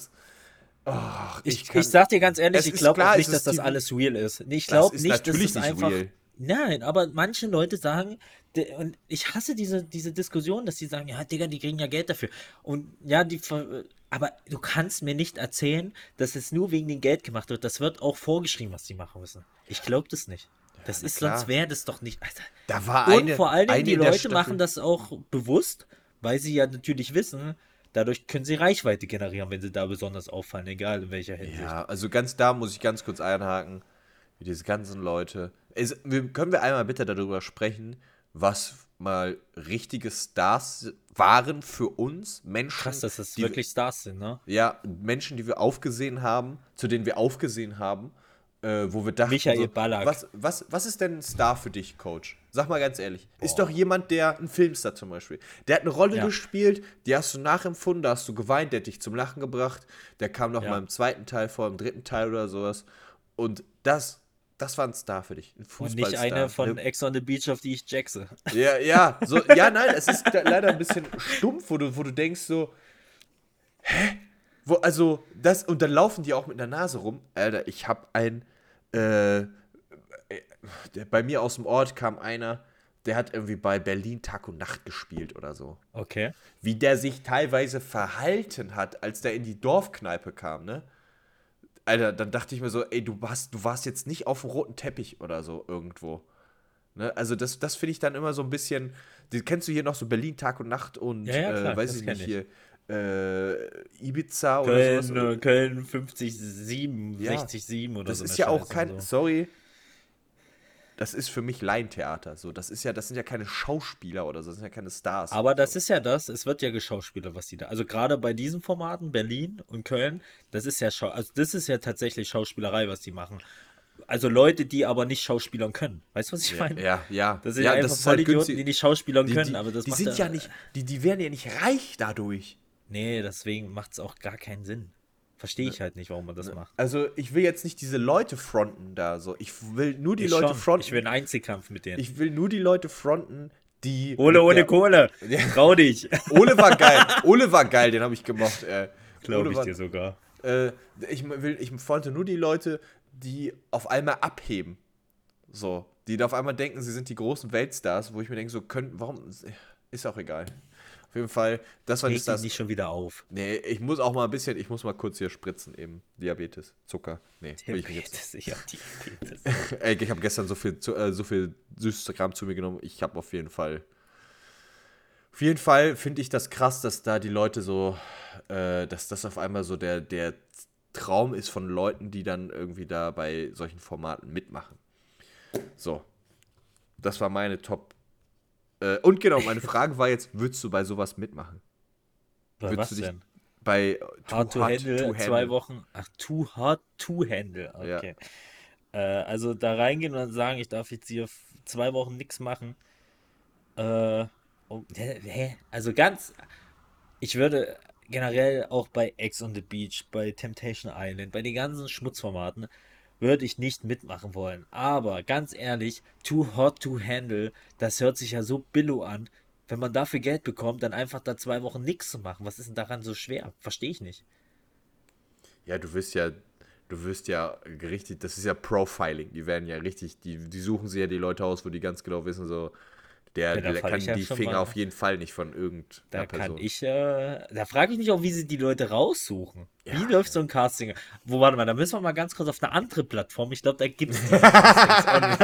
Ich sag dir ganz ehrlich, Es ich ist glaube klar, auch es nicht, dass ist das die- alles real ist. Ich Das glaube ist nicht, dass natürlich das nicht einfach. real. Nein, aber manche Leute sagen, und ich hasse diese Diskussion, dass die sagen, ja, Digga, die kriegen ja Geld dafür. Und ja, aber du kannst mir nicht erzählen, dass es nur wegen dem Geld gemacht wird. Das wird auch vorgeschrieben, was die machen müssen. Ich glaube das nicht. Das ist, klar. sonst wäre das doch nicht. Alter. Da war Und vor allen Dingen, eine die in der Leute Staffel- machen das auch bewusst, weil sie ja natürlich wissen, dadurch können sie Reichweite generieren, wenn sie da besonders auffallen, egal in welcher Hinsicht. Ja, also da muss ich ganz kurz einhaken, wie diese ganzen Leute. Können wir einmal bitte darüber sprechen, was mal richtige Stars waren für uns, Menschen, Krass, dass das die wirklich Stars sind, ne? Ja, Menschen, die wir aufgesehen haben, zu denen wir aufgesehen haben, wo wir dachten, Michael so, Ballack. was ist denn ein Star für dich, Coach? Sag mal ganz ehrlich. Ist doch jemand, ein Filmstar zum Beispiel, der hat eine Rolle gespielt, die hast du nachempfunden, da hast du geweint, der hat dich zum Lachen gebracht, der kam noch mal im zweiten Teil vor, im dritten Teil oder sowas. Und das war ein Star für dich, ein Und Fußballstar. nicht eine von Ex on the Beach, auf die ich jackse. Ja, nein, es ist leider ein bisschen stumpf, wo du denkst so, hä? Und dann laufen die auch mit der Nase rum. Alter, ich hab bei mir aus dem Ort kam einer, der hat irgendwie bei Berlin Tag und Nacht gespielt oder so. Okay. Wie der sich teilweise verhalten hat, als der in die Dorfkneipe kam, ne? Alter, dann dachte ich mir so, ey, du warst jetzt nicht auf dem roten Teppich oder so irgendwo. Ne? Also das finde ich dann immer so ein bisschen, kennst du hier noch so Berlin Tag und Nacht und, klar, weiß das ich kenn nicht, ich. hier, Ibiza oder sowas. Köln 50-7, Ja, 60-7 oder das so. ist eine ja auch Scheiße kein, und so. sorry, das ist für mich Laientheater. So, das sind ja keine Schauspieler oder so, das sind ja keine Stars. Aber das ist ja es wird ja geschauspielert, was die da. Also gerade bei diesen Formaten, Berlin und Köln, das ist ja das ist ja tatsächlich Schauspielerei, was die machen. Also Leute, die aber nicht schauspielern können. Weißt du, was ich meine? Ja. Das sind ja, einfach das ist halt Vollidioten, günstig. die nicht schauspielern können, Die, aber das die macht sind ja nicht, die werden ja nicht reich dadurch. Nee, deswegen macht es auch gar keinen Sinn. Verstehe ich halt nicht, warum man das macht. Also ich will jetzt nicht diese Leute fronten da so. Ich will nur die Leute fronten. Ich will einen Einzelkampf mit denen. Ich will nur die Leute fronten, die. Ole ohne Kohle. Trau dich. Ole war geil. Ole war geil, den habe ich gemocht. Glaube ich war- dir sogar. Ich fronte nur die Leute, die auf einmal abheben. So. Die da auf einmal denken, sie sind die großen Weltstars, wo ich mir denke, warum. Ist auch egal. Auf jeden Fall, das war Reg nicht dich das. nicht schon wieder auf. Nee, ich muss mal kurz hier spritzen eben. Diabetes, Zucker. Nee, will ich mich jetzt. Diabetes. Ey, ich habe gestern so viel Süßkram zu mir genommen. Ich habe auf jeden Fall finde ich das krass, dass da die Leute so, dass das auf einmal so der Traum ist von Leuten, die dann irgendwie da bei solchen Formaten mitmachen. So. Das war meine Top. Und genau, meine Frage war jetzt, würdest du bei sowas mitmachen? Bei Würdest was du dich denn? Bei Hard to Handle, 2 Wochen. Ach, Too Hard to Handle. Okay. Also da reingehen und dann sagen, ich darf jetzt hier 2 Wochen nichts machen. Also ich würde generell auch bei Ex on the Beach, bei Temptation Island, bei den ganzen Schmutzformaten, würde ich nicht mitmachen wollen. Aber ganz ehrlich, Too Hot to Handle, das hört sich ja so billo an. Wenn man dafür Geld bekommt, dann einfach da 2 Wochen nichts zu machen. Was ist denn daran so schwer? Verstehe ich nicht. Ja, du wirst ja gerichtet, das ist ja Profiling. Die werden ja richtig, die suchen sich ja die Leute aus, wo die ganz genau wissen, so, der da fall kann ich ja die schon Finger mal- auf jeden Fall nicht von irgendeiner Person. Da frage ich mich auch, wie sie die Leute raussuchen. Wie läuft so ein Casting? Warte mal, da müssen wir mal ganz kurz auf eine andere Plattform. Ich glaube, da gibt es diese Castings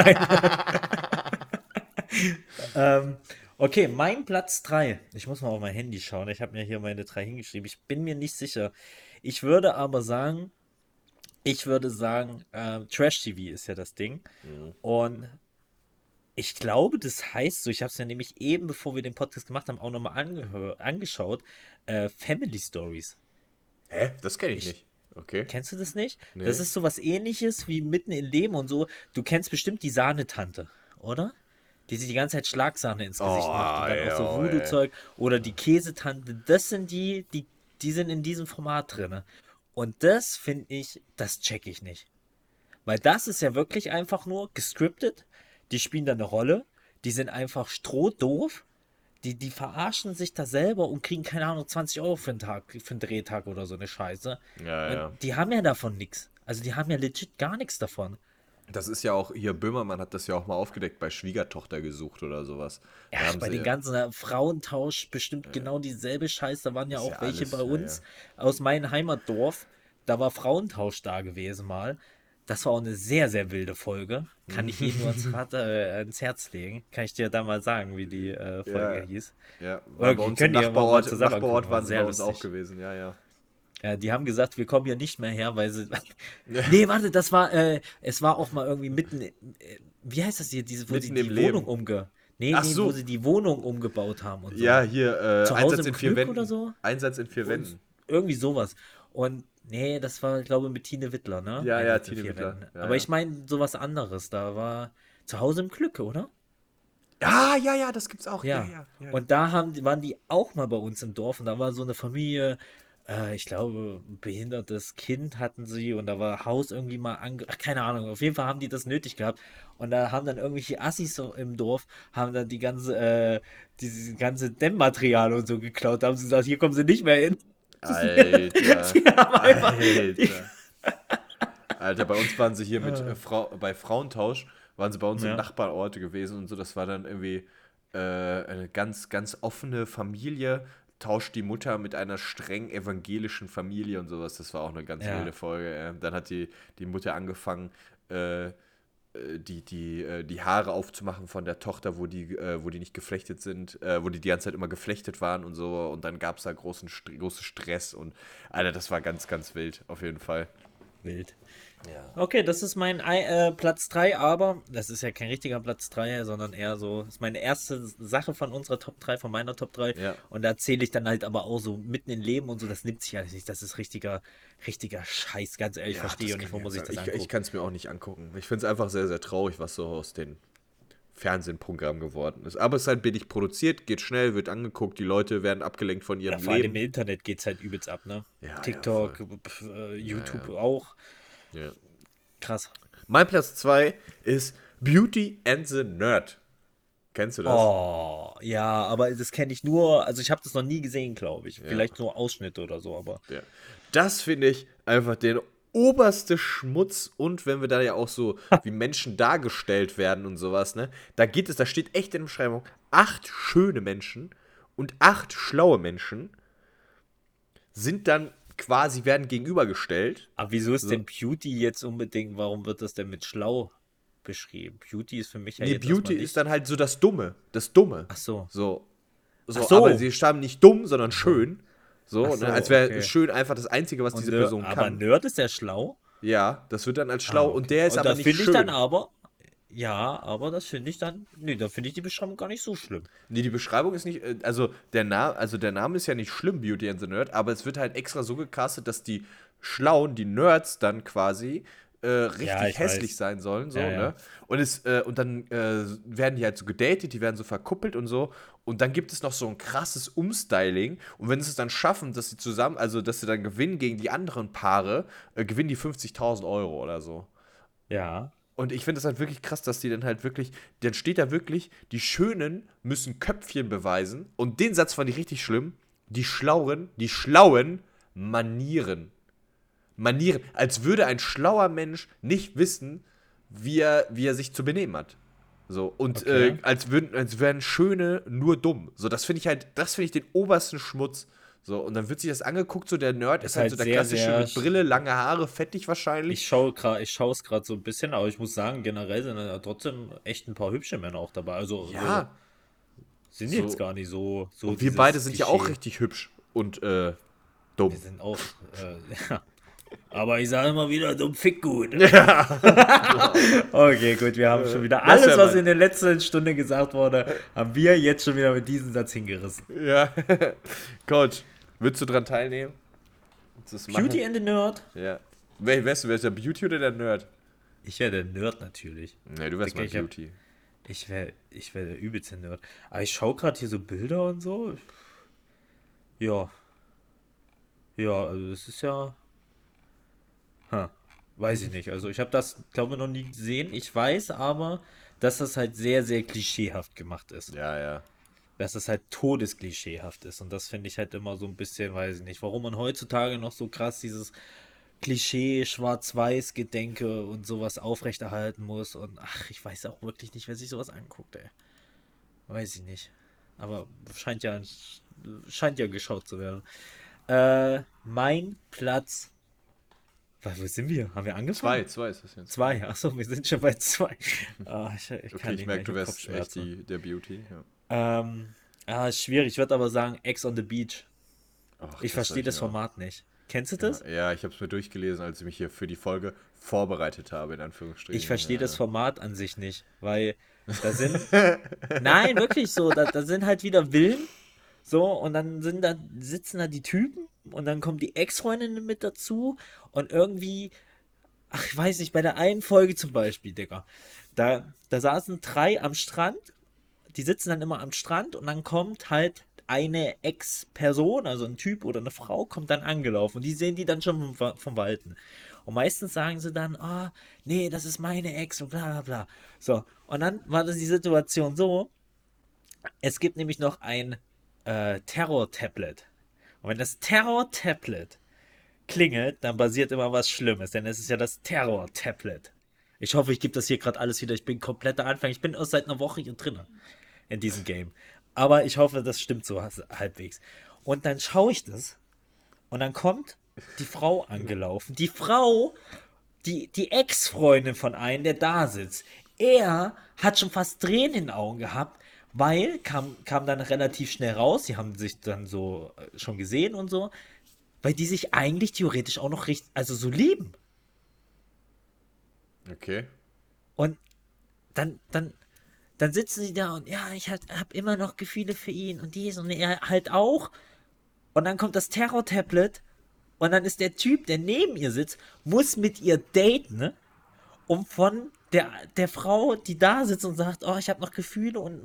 online. Okay, mein Platz 3. Ich muss mal auf mein Handy schauen. Ich habe mir hier meine 3 hingeschrieben. Ich bin mir nicht sicher. Ich würde sagen, Trash TV ist ja das Ding. Und ich glaube, das heißt so, ich habe es ja nämlich eben, bevor wir den Podcast gemacht haben, auch nochmal angeschaut, Family Stories. Hä? Das kenne ich nicht. Okay. Kennst du das nicht? Nee. Das ist sowas ähnliches wie mitten im Leben und so. Du kennst bestimmt die Sahnetante, oder? Die sich die ganze Zeit Schlagsahne ins Gesicht macht und dann auch so ja, Voodoo-Zeug. Oder die Käsetante. Das sind die sind in diesem Format drin. Und das finde ich, das check ich nicht. Weil das ist ja wirklich einfach nur gescriptet. Die spielen da eine Rolle. Die sind einfach strohdoof. Die verarschen sich da selber und kriegen, keine Ahnung, 20 Euro für einen Drehtag oder so eine Scheiße. Ja. Und die haben ja davon nichts. Also die haben ja legit gar nichts davon. Das ist ja auch, hier Böhmermann hat das ja auch mal aufgedeckt, bei Schwiegertochter gesucht oder sowas. Da Ja, haben bei sie den ganzen Frauentausch bestimmt genau dieselbe Scheiße. Da waren ja Ist auch ja welche alles, bei ja, uns aus meinem Heimatdorf. Da war Frauentausch da gewesen mal. Das war auch eine sehr, sehr wilde Folge. Kann ich jedem nur ans Herz legen. Kann ich dir da mal sagen, wie die Folge hieß. Ja, Oder war bei uns im könnt ihr ja mal zusammen Nachbarort angucken, waren sie war bei uns sehr auch lustig. gewesen, ja. Ja, die haben gesagt, wir kommen hier nicht mehr her, weil sie. Nee, warte, es war auch mal irgendwie mitten. Wie heißt das hier? Wo Mitten sie im die Leben. Wohnung Ach so. wo sie die Wohnung umgebaut haben und so. Ja, hier, Zu Hause Einsatz im in 4 Glück Wänden. oder so? Einsatz in 4 Wänden. Irgendwie sowas. Und nee, das war, glaube ich, mit Tine Wittler, ne? Ja, Ein ja, Witz in Tine 4 Wittler. Wänden. Ja, Aber ja. ich meine sowas anderes. Da war zu Hause im Glück, oder? Ja, das gibt's auch. Ja. Ja. Und da waren die auch mal bei uns im Dorf und da war so eine Familie, ich glaube, ein behindertes Kind hatten sie und da war Haus irgendwie mal ach, keine Ahnung, auf jeden Fall haben die das nötig gehabt. Und da haben dann irgendwelche Assis so im Dorf, haben dann dieses ganze Dämmmaterial und so geklaut. Da haben sie gesagt, hier kommen sie nicht mehr hin. Alter. Die haben einfach, Alter, bei uns waren sie hier mit bei Frauentausch, waren sie bei uns im Ja. Nachbarorte gewesen und so. Das war dann irgendwie eine ganz, ganz offene Familie, tauscht die Mutter mit einer streng evangelischen Familie und sowas. Das war auch eine ganz Ja. wilde Folge. Dann hat die Mutter angefangen, die Haare aufzumachen von der Tochter, wo die nicht geflechtet sind, wo die ganze Zeit immer geflechtet waren und so. Und dann gab es da großen Stress und, Alter, das war ganz, ganz wild, auf jeden Fall. wild. Ja. Okay, das ist mein Platz 3, aber das ist ja kein richtiger Platz 3, sondern eher so, das ist meine erste Sache von unserer Top 3, von meiner Top 3. Ja. Und da zähle ich dann halt aber auch so mitten im Leben und so, das nimmt sich alles nicht. Das ist richtiger Scheiß, ganz ehrlich, verstehe ich nicht, wo muss ich das Ich angucken. kann es mir auch nicht angucken. Ich finde es einfach sehr, sehr traurig, was so aus den Fernsehprogrammen geworden ist. Aber es ist halt billig produziert, geht schnell, wird angeguckt, die Leute werden abgelenkt von Ja, ihrem vor allem im Leben. Internet geht es halt übelst ab, ne? Ja, TikTok, ja, YouTube auch. Ja. Krass. Mein Platz 2 ist Beauty and the Nerd. Kennst du das? Oh, ja, aber das kenne ich nur, also ich habe das noch nie gesehen, glaube ich. Ja. Vielleicht nur Ausschnitte oder so, aber Ja. Das finde ich einfach den oberste Schmutz und wenn wir da ja auch so wie Menschen dargestellt werden und sowas, ne? Da steht echt in der Beschreibung, 8 schöne Menschen und 8 schlaue Menschen sind dann quasi, werden gegenübergestellt. Aber wieso ist So. denn Beauty jetzt unbedingt, warum wird das denn mit schlau beschrieben? Beauty ist für mich ja Nee, jetzt Beauty erstmal nicht. ist dann halt so das Dumme. Das Dumme. Ach so. So. Ach so. Aber sie stammen nicht dumm, sondern schön. So, Ach so, ne? Als wäre okay. schön einfach das Einzige, was diese Person aber kann. Nerd ist ja schlau. Ja, das wird dann als schlau Okay. und der ist Und aber das nicht finde ich schön. dann aber, ja, aber das finde ich dann, nee, da finde ich die Beschreibung gar nicht so schlimm. Nee, die Beschreibung ist nicht, also der Name ist ja nicht schlimm, Beauty and the Nerd, aber es wird halt extra so gecastet, dass die Schlauen, die Nerds dann quasi richtig Ja, ich hässlich weiß. sein sollen, so, Ja, ja. ne? Und dann werden die halt so gedatet, die werden so verkuppelt und so. Und dann gibt es noch so ein krasses Umstyling. Und wenn sie es dann schaffen, dass sie zusammen, also dass sie dann gewinnen gegen die anderen Paare, gewinnen die 50.000 Euro oder so. Ja. Und ich finde das halt wirklich krass, dass die dann halt wirklich, dann steht da wirklich, die Schönen müssen Köpfchen beweisen. Und den Satz fand ich richtig schlimm. Die Schlauen Manieren. Manieren. Als würde ein schlauer Mensch nicht wissen, wie er sich zu benehmen hat. So. Und Okay. als wären Schöne nur dumm. So, das finde ich den obersten Schmutz. So, und dann wird sich das angeguckt, so der Nerd ist halt so der sehr, klassische sehr mit Brille, lange Haare, fettig wahrscheinlich. Ich schaue es gerade so ein bisschen, aber ich muss sagen, generell sind da trotzdem echt ein paar hübsche Männer auch dabei. Also Ja. sind So. jetzt gar nicht so Und wir dieses beide sind ja auch Klischee. richtig hübsch und dumm. Wir sind auch, ja. Aber ich sage immer wieder, dumm fick gut. Okay, gut, wir haben schon wieder das alles, wär was mal- in der letzten Stunde gesagt wurde, haben wir jetzt schon wieder mit diesem Satz hingerissen. Ja. Coach, willst du dran teilnehmen? Willst du das machen? Beauty and the Nerd? Ja. Weißt du, wer ist der Beauty oder der Nerd? Ich wäre der Nerd natürlich. Nee, du wärst Digga, mal ich hab- Beauty. Ich wär der übelste Nerd. Aber ich schaue gerade hier so Bilder und so. Ja. Ja, also das ist ja. Weiß ich nicht. Also ich habe das, glaube ich, noch nie gesehen. Ich weiß aber, dass das halt sehr, sehr klischeehaft gemacht ist. Ja, ja. Dass das halt todesklischeehaft ist. Und das finde ich halt immer so ein bisschen, weiß ich nicht, warum man heutzutage noch so krass dieses Klischee, Schwarz-Weiß-Gedenke und sowas aufrechterhalten muss. Und ach, ich weiß auch wirklich nicht, wer sich sowas anguckt, ey. Weiß ich nicht. Aber scheint ja geschaut zu werden. Mein Platz. Wo sind wir? Haben wir angefangen? Zwei ist das jetzt. 2. Achso, wir sind schon bei 2. Ich Okay, kann ich nicht merke, du mehr, ich hab wärst echt Kopfschmerzen. der Beauty. Ja. Ist schwierig. Ich würde aber sagen, Ex on the Beach. Ach, Ich verstehe das hab ich Format nicht. Kennst du das? auch. Ja, ich habe es mir durchgelesen, als ich mich hier für die Folge vorbereitet habe, in Anführungsstrichen. Ich verstehe ja. das Format an sich nicht, weil da sind. Nein, wirklich so. Da sind halt wieder Villen. So, und dann sitzen da die Typen und dann kommen die Ex-Freundinnen mit dazu und irgendwie, ach, ich weiß nicht, bei der einen Folge zum Beispiel, Digga, da saßen 3 am Strand, die sitzen dann immer am Strand und dann kommt halt eine Ex-Person, also ein Typ oder eine Frau, kommt dann angelaufen und die sehen die dann schon vom Walten. Und meistens sagen sie dann, ah, nee, das ist meine Ex und bla bla bla. So, und dann war das die Situation so, es gibt nämlich noch ein Terror-Tablet. Und wenn das Terror-Tablet klingelt, dann passiert immer was Schlimmes, denn es ist ja das Terror-Tablet. Ich hoffe, ich gebe das hier gerade alles wieder. Ich bin kompletter Anfänger. Ich bin erst seit einer Woche hier drin in diesem Game. Aber ich hoffe, das stimmt so halbwegs. Und dann schaue ich das und dann kommt die Frau angelaufen. Die Frau, die Ex-Freundin von einem, der da sitzt. Er hat schon fast Tränen in den Augen gehabt, weil kam dann relativ schnell raus. Die haben sich dann so schon gesehen und so. Weil die sich eigentlich theoretisch auch noch richtig, also so lieben. Okay. Und dann sitzen sie da und ja, ich hab immer noch Gefühle für ihn und dies und er halt auch. Und dann kommt das Terror-Tablet und dann ist der Typ, der neben ihr sitzt, muss mit ihr daten, ne? Um von der Frau, die da sitzt und sagt, oh, ich habe noch Gefühle und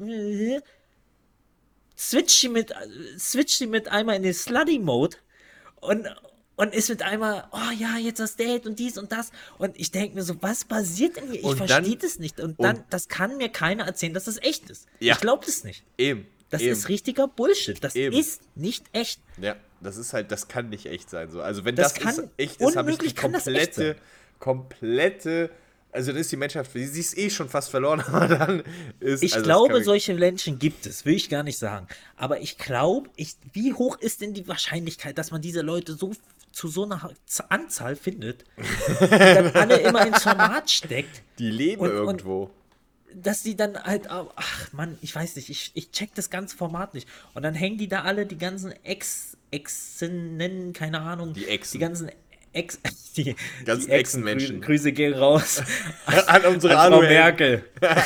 switcht sie mit einmal in den Slutty-Mode und ist mit einmal, oh ja, jetzt das Date und dies und das. Und ich denke mir so, was passiert denn hier? Ich Und verstehe dann- das nicht. Und und- dann, das kann mir keiner erzählen, dass das echt ist. Ja. Ich glaube das nicht. Eben. Das eben. ist richtiger Bullshit. Das Eben. ist nicht echt. Ja, das ist halt, das kann nicht echt sein. So. Also wenn Das das, kann- ist, echt ist, habe ich die unmöglich kann das echt komplette, also dann ist die Menschheit, sie ist eh schon fast verloren, aber dann ist... Ich also das glaube, kann mich- solche Menschen gibt es, will ich gar nicht sagen. Aber ich glaube, wie hoch ist denn die Wahrscheinlichkeit, dass man diese Leute so zu so einer Anzahl findet, die dann alle immer ins Format steckt, Die leben und- irgendwo. dass die dann halt, ach Mann, ich weiß nicht, ich check das ganze Format nicht. Und dann hängen die da alle, die ganzen Exinnen, keine Ahnung. Die Exen. Die ganzen die Ganzen die Echsenmenschen. Grüße gehen raus. An unsere An Frau Aluhelden. Merkel.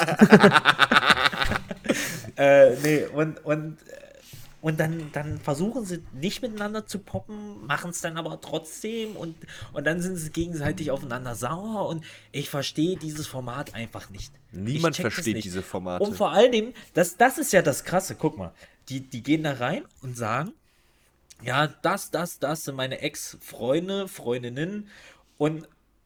Nee, und dann versuchen sie nicht miteinander zu poppen, machen es dann aber trotzdem und dann sind sie gegenseitig aufeinander sauer und ich verstehe dieses Format einfach nicht. Niemand Ich check das versteht nicht. diese Formate. Und vor allen Dingen, das ist ja das Krasse, guck mal, die gehen da rein und sagen, ja, das sind meine Ex-Freunde, Freundinnen und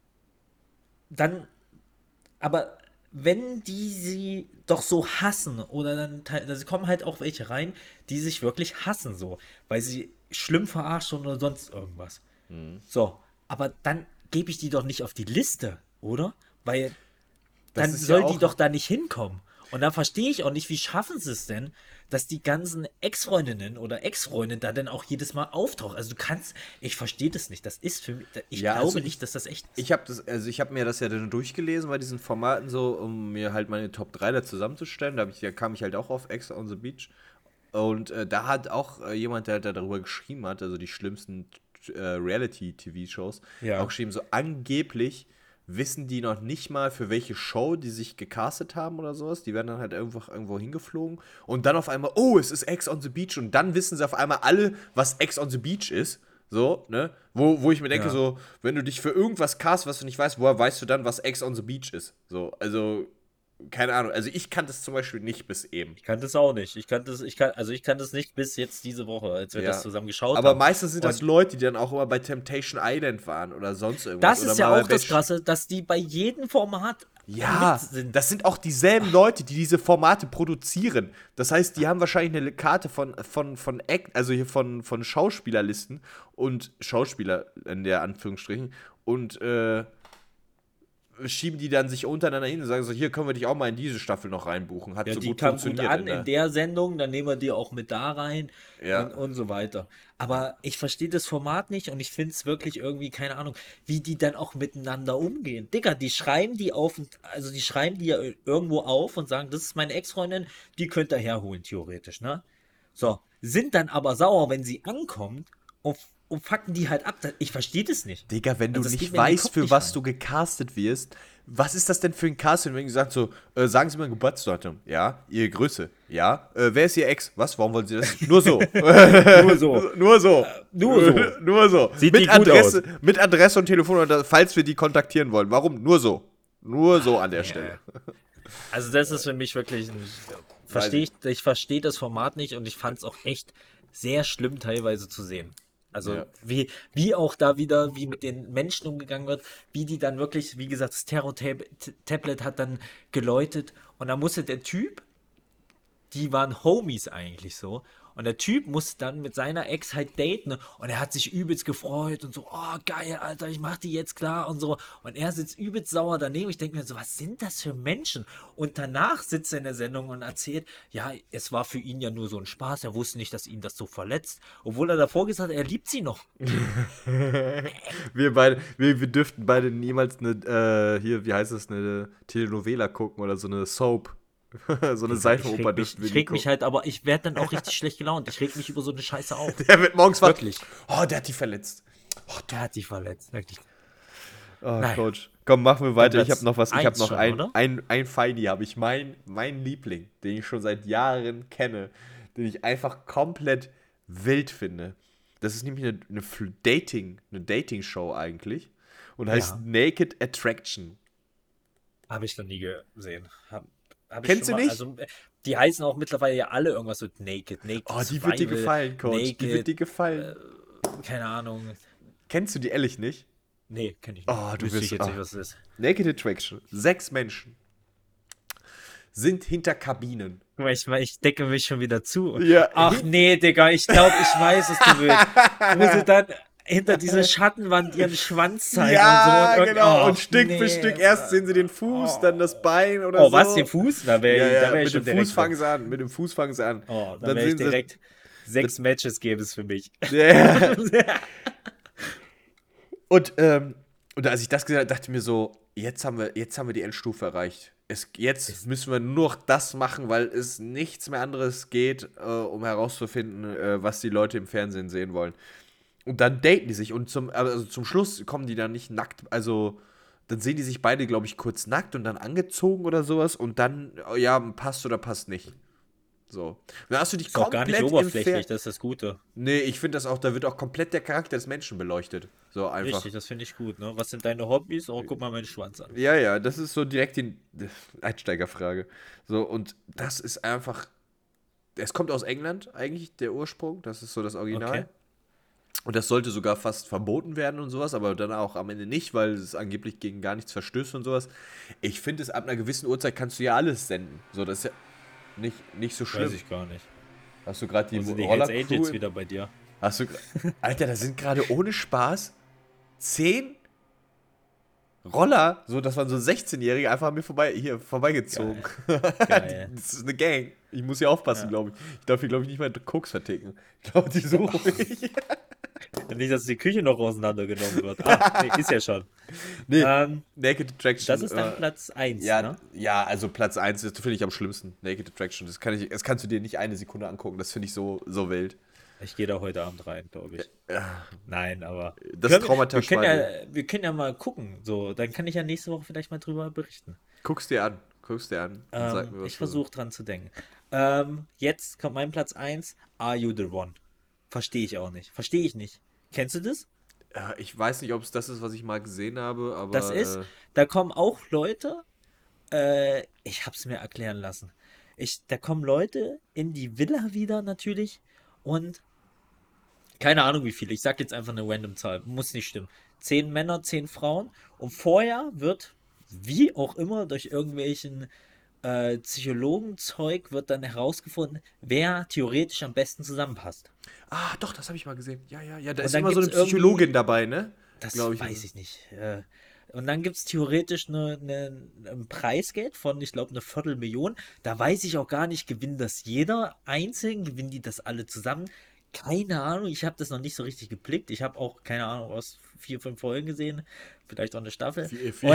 dann, aber wenn die sie doch so hassen oder dann kommen halt auch welche rein, die sich wirklich hassen so, weil sie schlimm verarschen oder sonst irgendwas. Mhm. So, aber dann gebe ich die doch nicht auf die Liste, oder? Weil Das dann ist ja soll die auch- doch da nicht hinkommen. Und dann verstehe ich auch nicht, wie schaffen sie es denn, dass die ganzen Ex-Freundinnen oder Ex-Freunde da dann auch jedes Mal auftauchen. Also ich verstehe das nicht. Das ist für mich, ich Ja, glaube also nicht, dass das echt ist. Ich habe mir das ja dann durchgelesen bei diesen Formaten so, um mir halt meine Top 3 da zusammenzustellen. Da kam ich halt auch auf Ex on the Beach. Und da hat auch jemand, der da darüber geschrieben hat, also die schlimmsten Reality-TV-Shows, Ja. auch geschrieben, so angeblich wissen die noch nicht mal, für welche Show die sich gecastet haben oder sowas. Die werden dann halt irgendwo hingeflogen. Und dann auf einmal, oh, es ist Ex on the Beach. Und dann wissen sie auf einmal alle, was Ex on the Beach ist. So, ne? Wo ich mir denke, Ja. so, wenn du dich für irgendwas cast, was du nicht weißt, woher weißt du dann, was Ex on the Beach ist? So, also, keine Ahnung. Also ich kannte es zum Beispiel nicht bis eben. Ich kann das auch nicht. Ich kann das nicht bis jetzt diese Woche, als wir Ja. das zusammen geschaut Aber haben. meistens sind das Und Leute, die dann auch immer bei Temptation Island waren oder sonst irgendwas. das oder ist ja mal auch bei das Krasse, dass die bei jedem Format Ja, mit sind. das sind auch dieselben Leute, die diese Formate produzieren. Das heißt, die haben wahrscheinlich eine Karte von Schauspielerlisten und Schauspieler in der Anführungsstrichen und schieben die dann sich untereinander hin und sagen so, hier können wir dich auch mal in diese Staffel noch reinbuchen. Hat Ja, so die gut kam gut funktioniert. an in der Sendung, dann nehmen wir die auch mit da rein Ja. und so weiter. Aber ich verstehe das Format nicht und ich finde es wirklich irgendwie, keine Ahnung, wie die dann auch miteinander umgehen. Digga, die schreiben die ja irgendwo auf und sagen, das ist meine Ex-Freundin, die könnt ihr herholen, theoretisch, ne? So, sind dann aber sauer, wenn sie ankommt und fucken die halt ab. Ich verstehe das nicht. Digga, wenn du Also, das nicht geht mir in den weißt, Kopf für nicht was rein. du gecastet wirst, was ist das denn für ein Casting, wenn du sagst so, sagen Sie mal ein Geburtsdatum, ja, Ihre Größe, ja, wer ist Ihr Ex, was, warum wollen Sie das? Nur so. Nur so. Nur so. Nur so. Nur so. Sieht mit die gut Mit Adresse und Telefonnummer, falls wir die kontaktieren wollen. Warum? Nur so. Nur so an der Stelle. Also das ist für mich wirklich ich verstehe das Format nicht und ich fand es auch echt sehr schlimm teilweise zu sehen. Also Ja. wie auch da wieder, wie mit den Menschen umgegangen wird, wie die dann wirklich, wie gesagt, das Terror-Tablet hat dann geläutet und da musste der Typ, die waren Homies eigentlich so. Und der Typ musste dann mit seiner Ex halt daten und er hat sich übelst gefreut und so, oh geil, Alter, ich mach die jetzt klar und so. Und er sitzt übelst sauer daneben. Ich denke mir so, was sind das für Menschen? Und danach sitzt er in der Sendung und erzählt, ja, es war für ihn ja nur so ein Spaß, er wusste nicht, dass ihn das so verletzt. Obwohl er davor gesagt hat, er liebt sie noch. Wir dürften beide niemals eine, hier, wie heißt das, eine Telenovela gucken oder so eine Soap. So eine Seifenoper dürften wir Ich nie reg mich gucken. halt, aber ich werde dann auch richtig schlecht gelaunt. Ich reg mich über so eine Scheiße auf. Der wird morgens wach. Wirklich. Oh, der hat die verletzt. Der hat sich verletzt, wirklich. Oh, Nein. Coach. Komm, machen wir weiter. Ich Platz habe noch was. Ich habe eins noch schon, ein, oder? ein Feini, habe ich. Mein Liebling, den ich schon seit Jahren kenne, den ich einfach komplett wild finde. Das ist nämlich eine Dating-Show eigentlich. Und heißt Ja. Naked Attraction. Habe ich noch nie gesehen. Hab ich Kennst schon du mal- nicht? Also, die heißen auch mittlerweile ja alle irgendwas mit Naked. Oh, die wird dir Survival, gefallen, Coach. Die Naked, wird dir gefallen. keine Ahnung. Kennst du die ehrlich nicht? Nee, kenn ich nicht. Oh, du Wüsste wirst- ich jetzt ah. nicht, was es ist. Naked Attraction. 6 Menschen sind hinter Kabinen. Guck mal, ich decke mich schon wieder zu. Ja. Ach nee, Digga, ich glaube, ich weiß, was du willst. Wo sie dann hinter diese Schattenwand ihren Schwanz zeigen und so. Und genau. oh, Und Stück für nee. Stück. Erst sehen sie den Fuß, dann das Bein oder Oh, so. was, den Fuß? Da Ja, wäre ja, wär ich mit schon dem Fuß direkt. fangen sie an. Mit dem Fuß fangen sie an. Oh, da Dann wäre ich sehen sie- direkt. 6 Matches gäbe es für mich. Ja. Und als ich das gesehen habe, dachte ich mir so, jetzt haben wir die Endstufe erreicht. Jetzt müssen wir nur noch das machen, weil es nichts mehr anderes geht, um herauszufinden, was die Leute im Fernsehen sehen wollen. Und dann daten die sich und zum Schluss kommen die dann nicht nackt, also dann sehen die sich beide, glaube ich, kurz nackt und dann angezogen oder sowas und dann, ja, passt oder passt nicht. So. Dann hast du dich Ist auch gar nicht komplett oberflächlich, das ist das Gute. Nee, ich finde das auch, da wird auch komplett der Charakter des Menschen beleuchtet. So einfach. Richtig, das finde ich gut, ne? Was sind deine Hobbys? Oh, guck mal meinen Schwanz an. Ja, ja, das ist so direkt die Einsteigerfrage. So, und das ist einfach. Es kommt aus England eigentlich, der Ursprung. Das ist so das Original. Okay. Und das sollte sogar fast verboten werden und sowas, aber dann auch am Ende nicht, weil es angeblich gegen gar nichts verstößt und sowas. Ich finde es, ab einer gewissen Uhrzeit kannst du ja alles senden. So, das ist ja nicht so schlimm. Weiß ich gar nicht. Hast du gerade Wo die sind die Hells Roller-Crew Angels wieder bei dir? Hast du. Alter, da sind gerade ohne Spaß 10 Roller, so, das waren so 16-Jährige, einfach an mir vorbeigezogen. Geil. Das ist eine Gang. Ich muss hier aufpassen, glaube ich. Ich darf hier, glaube ich, nicht mal Koks verticken. Ich glaube, die suchen mich. Nicht, dass die Küche noch auseinandergenommen wird. Ah, nee, ist ja schon. Nee, Ähm, Naked Attraction. das ist dann Platz 1, ja, ne? ja, also Platz 1, das finde ich am schlimmsten. Naked Attraction. Das kannst du dir nicht eine Sekunde angucken. Das finde ich so wild. Ich gehe da heute Abend rein, glaube ich. Nein, aber. Das Können Traumata wir können ja mal gucken. So, dann kann ich ja nächste Woche vielleicht mal drüber berichten. Guck's dir an. Und sag mir, was Ich du- versuche dran zu denken. Jetzt kommt mein Platz 1. Are You the One? Verstehe ich auch nicht. Verstehe ich nicht. Kennst du das? Ja, ich weiß nicht, ob es das ist, was ich mal gesehen habe, aber. Das ist, da kommen auch Leute, ich hab's mir erklären lassen. Da kommen Leute in die Villa wieder natürlich und keine Ahnung wie viele, ich sag jetzt einfach eine random Zahl, muss nicht stimmen. 10 Männer, 10 Frauen und vorher wird, wie auch immer, durch irgendwelchen Psychologenzeug wird dann herausgefunden, wer theoretisch am besten zusammenpasst. Doch, das habe ich mal gesehen. Ja, ja, ja. Da Und ist dann immer so eine gibt's irgendwie- Psychologin dabei, ne? Das Glaub ich. weiß ich nicht. Und dann gibt es theoretisch ein Preisgeld von, ich glaube, 250.000. Da weiß ich auch gar nicht, gewinnt das jeder einzeln? Gewinnen die das alle zusammen? Keine Ahnung, ich habe das noch nicht so richtig geblickt. Ich habe auch, keine Ahnung, aus 4, 5 Folgen gesehen. Vielleicht auch eine Staffel.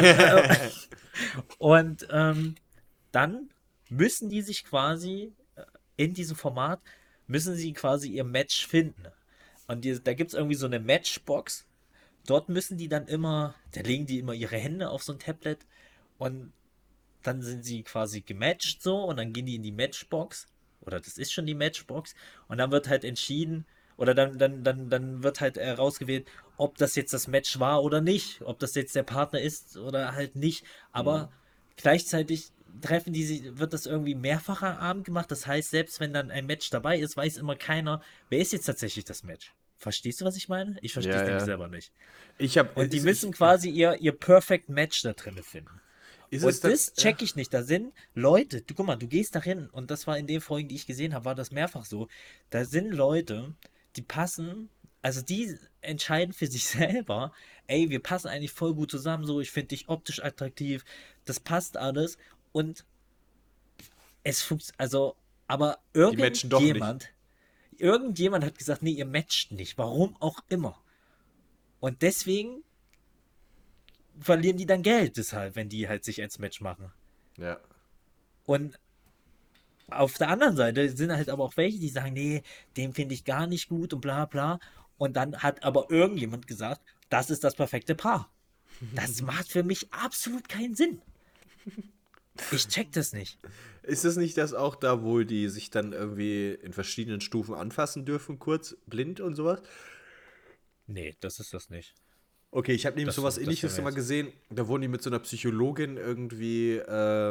Und dann müssen die sich quasi in diesem Format, müssen sie quasi ihr Match finden. Und da gibt es irgendwie so eine Matchbox. Dort müssen die dann immer, da legen die immer ihre Hände auf so ein Tablet und dann sind sie quasi gematcht so und dann gehen die in die Matchbox. Oder das ist schon die Matchbox. Und dann wird halt entschieden, oder dann wird halt herausgewählt, ob das jetzt das Match war oder nicht. Ob das jetzt der Partner ist oder halt nicht. Aber gleichzeitig wird das irgendwie mehrfacher Abend gemacht. Das heißt, selbst wenn dann ein Match dabei ist, weiß immer keiner, wer ist jetzt tatsächlich das Match. Verstehst du, was ich meine? Ich verstehe es nämlich selber nicht. Und die müssen quasi ihr Perfect Match da drin finden. Und das check ich nicht. Da sind Leute, guck mal, du gehst da hin und das war in den Folgen, die ich gesehen habe, war das mehrfach so. Da sind Leute, die passen, also die entscheiden für sich selber, ey, wir passen eigentlich voll gut zusammen, so, ich finde dich optisch attraktiv, das passt alles und es funktioniert, also, aber irgendjemand hat gesagt, nee, ihr matcht nicht, warum auch immer. Und deswegen verlieren die dann Geld deshalb, wenn die halt sich ins Match machen. Ja. Und auf der anderen Seite sind halt aber auch welche, die sagen, nee, den finde ich gar nicht gut und bla bla. Und dann hat aber irgendjemand gesagt, das ist das perfekte Paar. Das macht für mich absolut keinen Sinn. Ich check das nicht. Ist es nicht das auch da, wo die sich dann irgendwie in verschiedenen Stufen anfassen dürfen, kurz, blind und sowas? Nee, das ist das nicht. Okay, ich habe nämlich sowas Ähnliches mal gesehen. Da wurden die mit so einer Psychologin irgendwie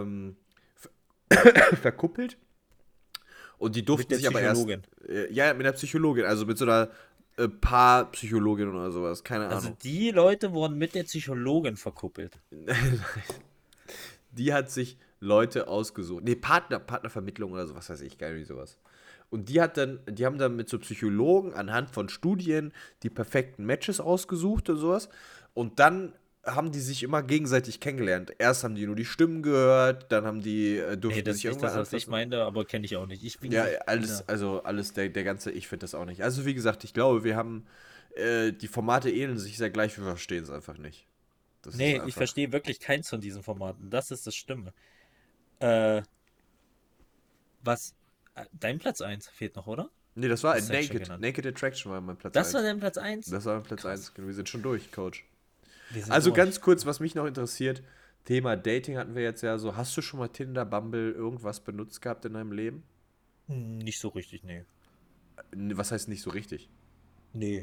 verkuppelt. Und die durften sich aber erst. Ja, mit einer Psychologin, also mit so einer Paarpsychologin oder sowas, keine Ahnung. Also die Leute wurden mit der Psychologin verkuppelt. Die hat sich Leute ausgesucht. Nee, Partnervermittlung oder sowas, weiß ich, geil wie sowas. Und die haben dann mit so Psychologen anhand von Studien die perfekten Matches ausgesucht und sowas. Und dann haben die sich immer gegenseitig kennengelernt. Erst haben die nur die Stimmen gehört, dann haben die durften das sich ist irgendwann das, was ich meinte, aber kenne ich auch nicht. Alles, der ganze, ich finde das auch nicht. Also wie gesagt, ich glaube, wir haben, die Formate ähneln sich sehr gleich, wir verstehen es einfach nicht. Nee, ich verstehe wirklich keins von diesen Formaten. Das ist das Stimme. Dein Platz 1 fehlt noch, oder? Nee, das war Naked Attraction war mein Platz 1. Das war dein Platz 1? Das war mein Platz 1. Wir sind schon durch, Coach. Also ganz kurz, was mich noch interessiert, Thema Dating hatten wir jetzt ja so. Hast du schon mal Tinder, Bumble, irgendwas benutzt gehabt in deinem Leben? Nicht so richtig, nee. Was heißt nicht so richtig? Nee.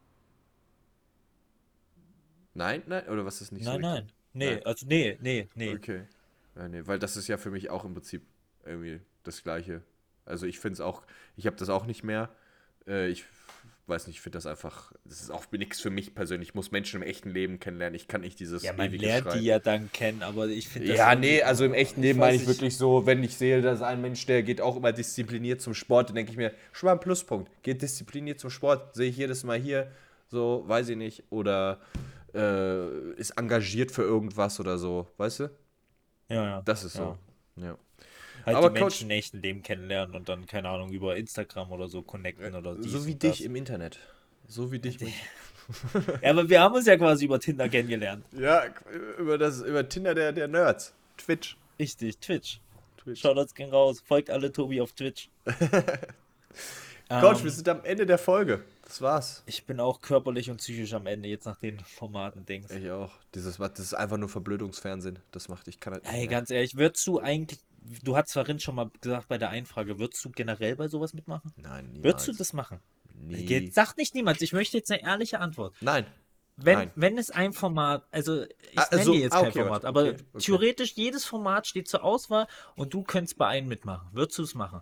Nein? Oder was ist nicht so richtig? Nein. Nee, also nee. Okay. Ja, nee, weil das ist ja für mich auch im Prinzip irgendwie das Gleiche. Also ich finde es auch, ich habe das auch nicht mehr. Ich weiß nicht, ich finde das einfach, das ist auch nichts für mich persönlich. Ich muss Menschen im echten Leben kennenlernen. Ich kann nicht dieses man lernt die ja dann kennen, aber ich finde das... Ja, nee, also im echten Leben meine ich wirklich so, wenn ich sehe, dass ein Mensch, der geht auch immer diszipliniert zum Sport, dann denke ich mir, schon mal ein Pluspunkt. Geht diszipliniert zum Sport, sehe ich jedes Mal hier, so, weiß ich nicht. Oder ist engagiert für irgendwas oder so, weißt du? Ja. Das ist so, ja. Halt aber die Menschen im echten Leben kennenlernen und dann, keine Ahnung, über Instagram oder so connecten oder dies so wie und dich das. im Internet. So wie dich. Ja, aber wir haben uns ja quasi über Tinder kennengelernt. Ja, über Tinder der Nerds. Twitch. Richtig, Twitch. Shoutouts gehen raus. Folgt alle Tobi auf Twitch. Coach, wir sind am Ende der Folge. Das war's. Ich bin auch körperlich und psychisch am Ende, jetzt nach den Formaten-Dings. Ich auch. Das ist einfach nur Verblödungsfernsehen. Das macht, ich kann halt nicht Hey, mehr. ganz ehrlich, würdest du eigentlich, du hast vorhin schon mal gesagt bei der Einfrage, würdest du generell bei sowas mitmachen? Nein, niemals. Würdest du das machen? Nie. Sag nicht niemals, ich möchte jetzt eine ehrliche Antwort. Nein. Wenn es ein Format, also ich nenne dir jetzt kein Format, aber theoretisch jedes Format steht zur Auswahl und du könntest bei einem mitmachen. Würdest du es machen?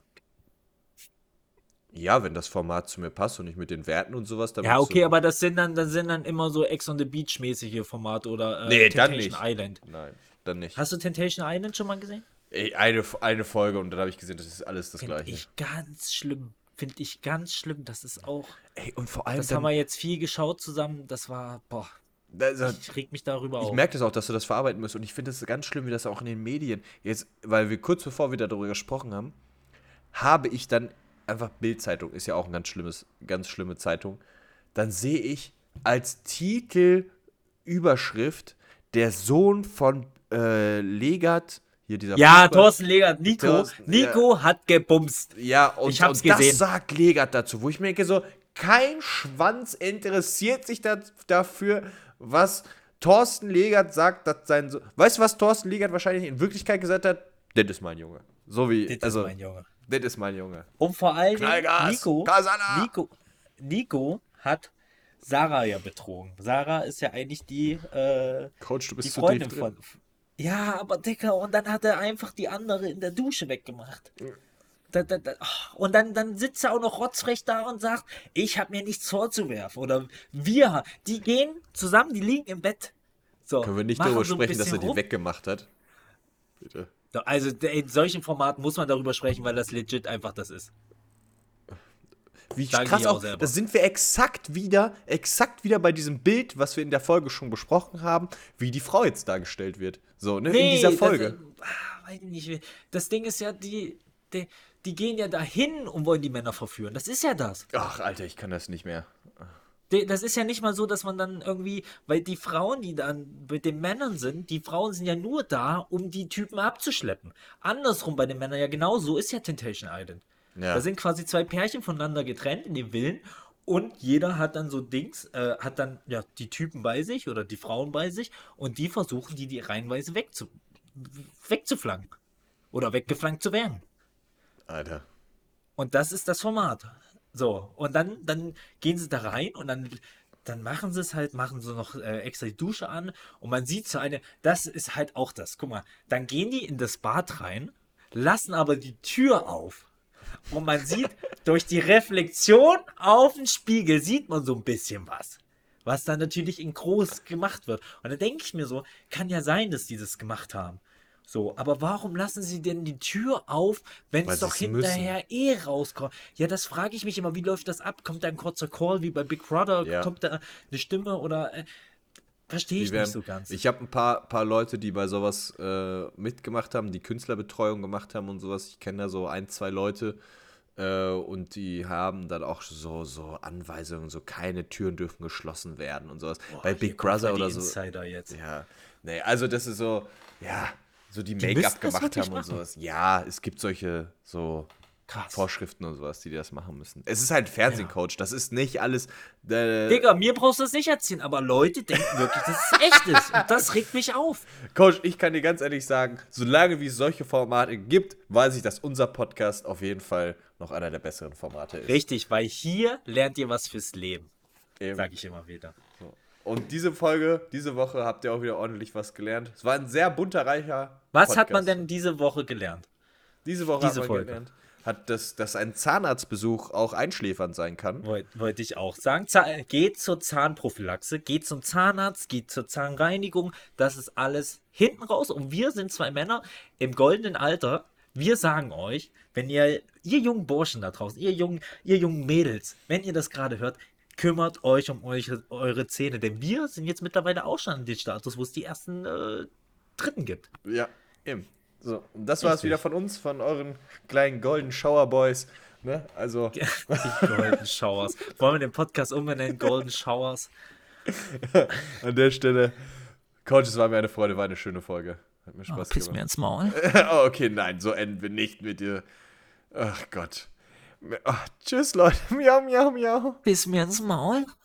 Ja, wenn das Format zu mir passt und ich mit den Werten und sowas. Dann ja, okay, aber das sind dann immer so Ex on the Beach mäßige Formate oder Temptation Island. Nein, dann nicht. Hast du Temptation Island schon mal gesehen? Ey, eine Folge und dann habe ich gesehen, das ist alles das Gleiche. Finde ich ganz schlimm. Das ist auch. Ey, und vor allem. Das haben wir jetzt viel geschaut zusammen. Das war, ich reg mich darüber auf. Ich merke das auch, dass du das verarbeiten musst. Und ich finde es ganz schlimm, wie das auch in den Medien. Jetzt, weil wir kurz bevor wir darüber gesprochen haben, habe ich dann einfach Bild-Zeitung, ist ja auch ein ganz schlimme Zeitung. Dann sehe ich als Titelüberschrift der Sohn von Legat. Hier dieser Thorsten Legert, Nico hat gebumst. Ja, und ich hab's gesehen. Das sagt Legat dazu, wo ich mir denke so, kein Schwanz interessiert sich dafür, was Thorsten Legert sagt, dass sein Sohn. Weißt du, was Thorsten Legert wahrscheinlich in Wirklichkeit gesagt hat? Das ist mein Junge. So wie, Das ist mein Junge. Das ist mein Junge. Und vor allem Knallgas, Kasana. Nico hat Sarah ja betrogen. Sarah ist ja eigentlich die Coach, du bist die zu Freundin tief drin. von. Ja, aber Dicker, und dann hat er einfach die andere in der Dusche weggemacht. Und dann sitzt er auch noch rotzfrech da und sagt, ich habe mir nichts vorzuwerfen. Oder die gehen zusammen, die liegen im Bett. So, Können wir nicht machen darüber so ein sprechen, dass er bisschen die weggemacht hat? Bitte. Also in solchen Formaten muss man darüber sprechen, weil das legit einfach das ist. Wie Sagen krass die auch auch, selber. da sind wir exakt wieder bei diesem Bild, was wir in der Folge schon besprochen haben, wie die Frau jetzt dargestellt wird. So, ne, in dieser Folge. Weiß ich nicht. Das Ding ist ja, die gehen ja dahin und wollen die Männer verführen. Das ist ja das. Ach, Alter, ich kann das nicht mehr. Das ist ja nicht mal so, dass man dann irgendwie, weil die Frauen, die dann mit den Männern sind, die Frauen sind ja nur da, um die Typen abzuschleppen. Andersrum bei den Männern ja genauso ist ja Temptation Island. Ja. Da sind quasi zwei Pärchen voneinander getrennt in dem Villen und jeder hat dann so Dings, hat dann ja die Typen bei sich oder die Frauen bei sich und die versuchen die reihenweise wegzuflanken oder weggeflankt zu werden. Alter. Und das ist das Format. So, und dann gehen sie da rein und dann machen sie es halt, machen sie noch extra die Dusche an und man sieht so das ist halt auch das. Guck mal, dann gehen die in das Bad rein, lassen aber die Tür auf und man sieht durch die Reflexion auf den Spiegel sieht man so ein bisschen was dann natürlich in groß gemacht wird. Und dann denke ich mir so, kann ja sein, dass die das gemacht haben. So, aber warum lassen sie denn die Tür auf, wenn Weil es doch sie es hinterher rauskommt? Ja, das frage ich mich immer, wie läuft das ab? Kommt da ein kurzer Call wie bei Big Brother? Ja. Kommt da eine Stimme oder verstehe ich nicht so ganz. Ich habe ein paar Leute, die bei sowas mitgemacht haben, die Künstlerbetreuung gemacht haben und sowas. Ich kenne da so 1, 2 Leute und die haben dann auch so Anweisungen, so keine Türen dürfen geschlossen werden und sowas. Boah, bei hier Big kommt Brother voll die oder so. Insider jetzt. Ja, nee, also das ist so, ja, so die müssen Make-up das gemacht wirklich haben und machen? sowas. Ja, es gibt solche so Krass. Vorschriften und sowas, die das machen müssen. Es ist halt ein Fernsehcoach, das ist nicht alles. Digga, mir brauchst du das nicht erzählen, aber Leute denken wirklich, dass es echt ist. Und das regt mich auf. Coach, ich kann dir ganz ehrlich sagen, solange wie es solche Formate gibt, weiß ich, dass unser Podcast auf jeden Fall noch einer der besseren Formate ist. Richtig, weil hier lernt ihr was fürs Leben. Eben. Sag ich immer wieder. Und diese Woche habt ihr auch wieder ordentlich was gelernt. Es war ein sehr bunter, reicher Was Podcast. hat man denn diese Woche gelernt? Diese Woche diese hat man Folge? gelernt, dass ein Zahnarztbesuch auch einschläfernd sein kann. Wollte ich auch sagen. Geht zur Zahnprophylaxe, geht zum Zahnarzt, geht zur Zahnreinigung. Das ist alles hinten raus. Und wir sind 2 Männer im goldenen Alter. Wir sagen euch, wenn ihr jungen Burschen da draußen, ihr jungen Mädels, wenn ihr das gerade hört, kümmert euch um eure Zähne. Denn wir sind jetzt mittlerweile auch schon in dem Status, wo es die ersten Dritten gibt. Ja, eben. So, und das war es Richtig. wieder von uns, von euren kleinen Golden Shower Boys. Ne? Also, Die Golden Showers. Wollen wir den Podcast umbenennen? Golden Showers. an der Stelle, Coach, es war mir eine Freude, war eine schöne Folge. Hat mir Spaß Piss mir gemacht. ins Maul. Oh, okay, nein, so enden wir nicht mit dir. Ach Gott. Oh, tschüss, Leute. Miau, miau, miau. Piss mir ins Maul.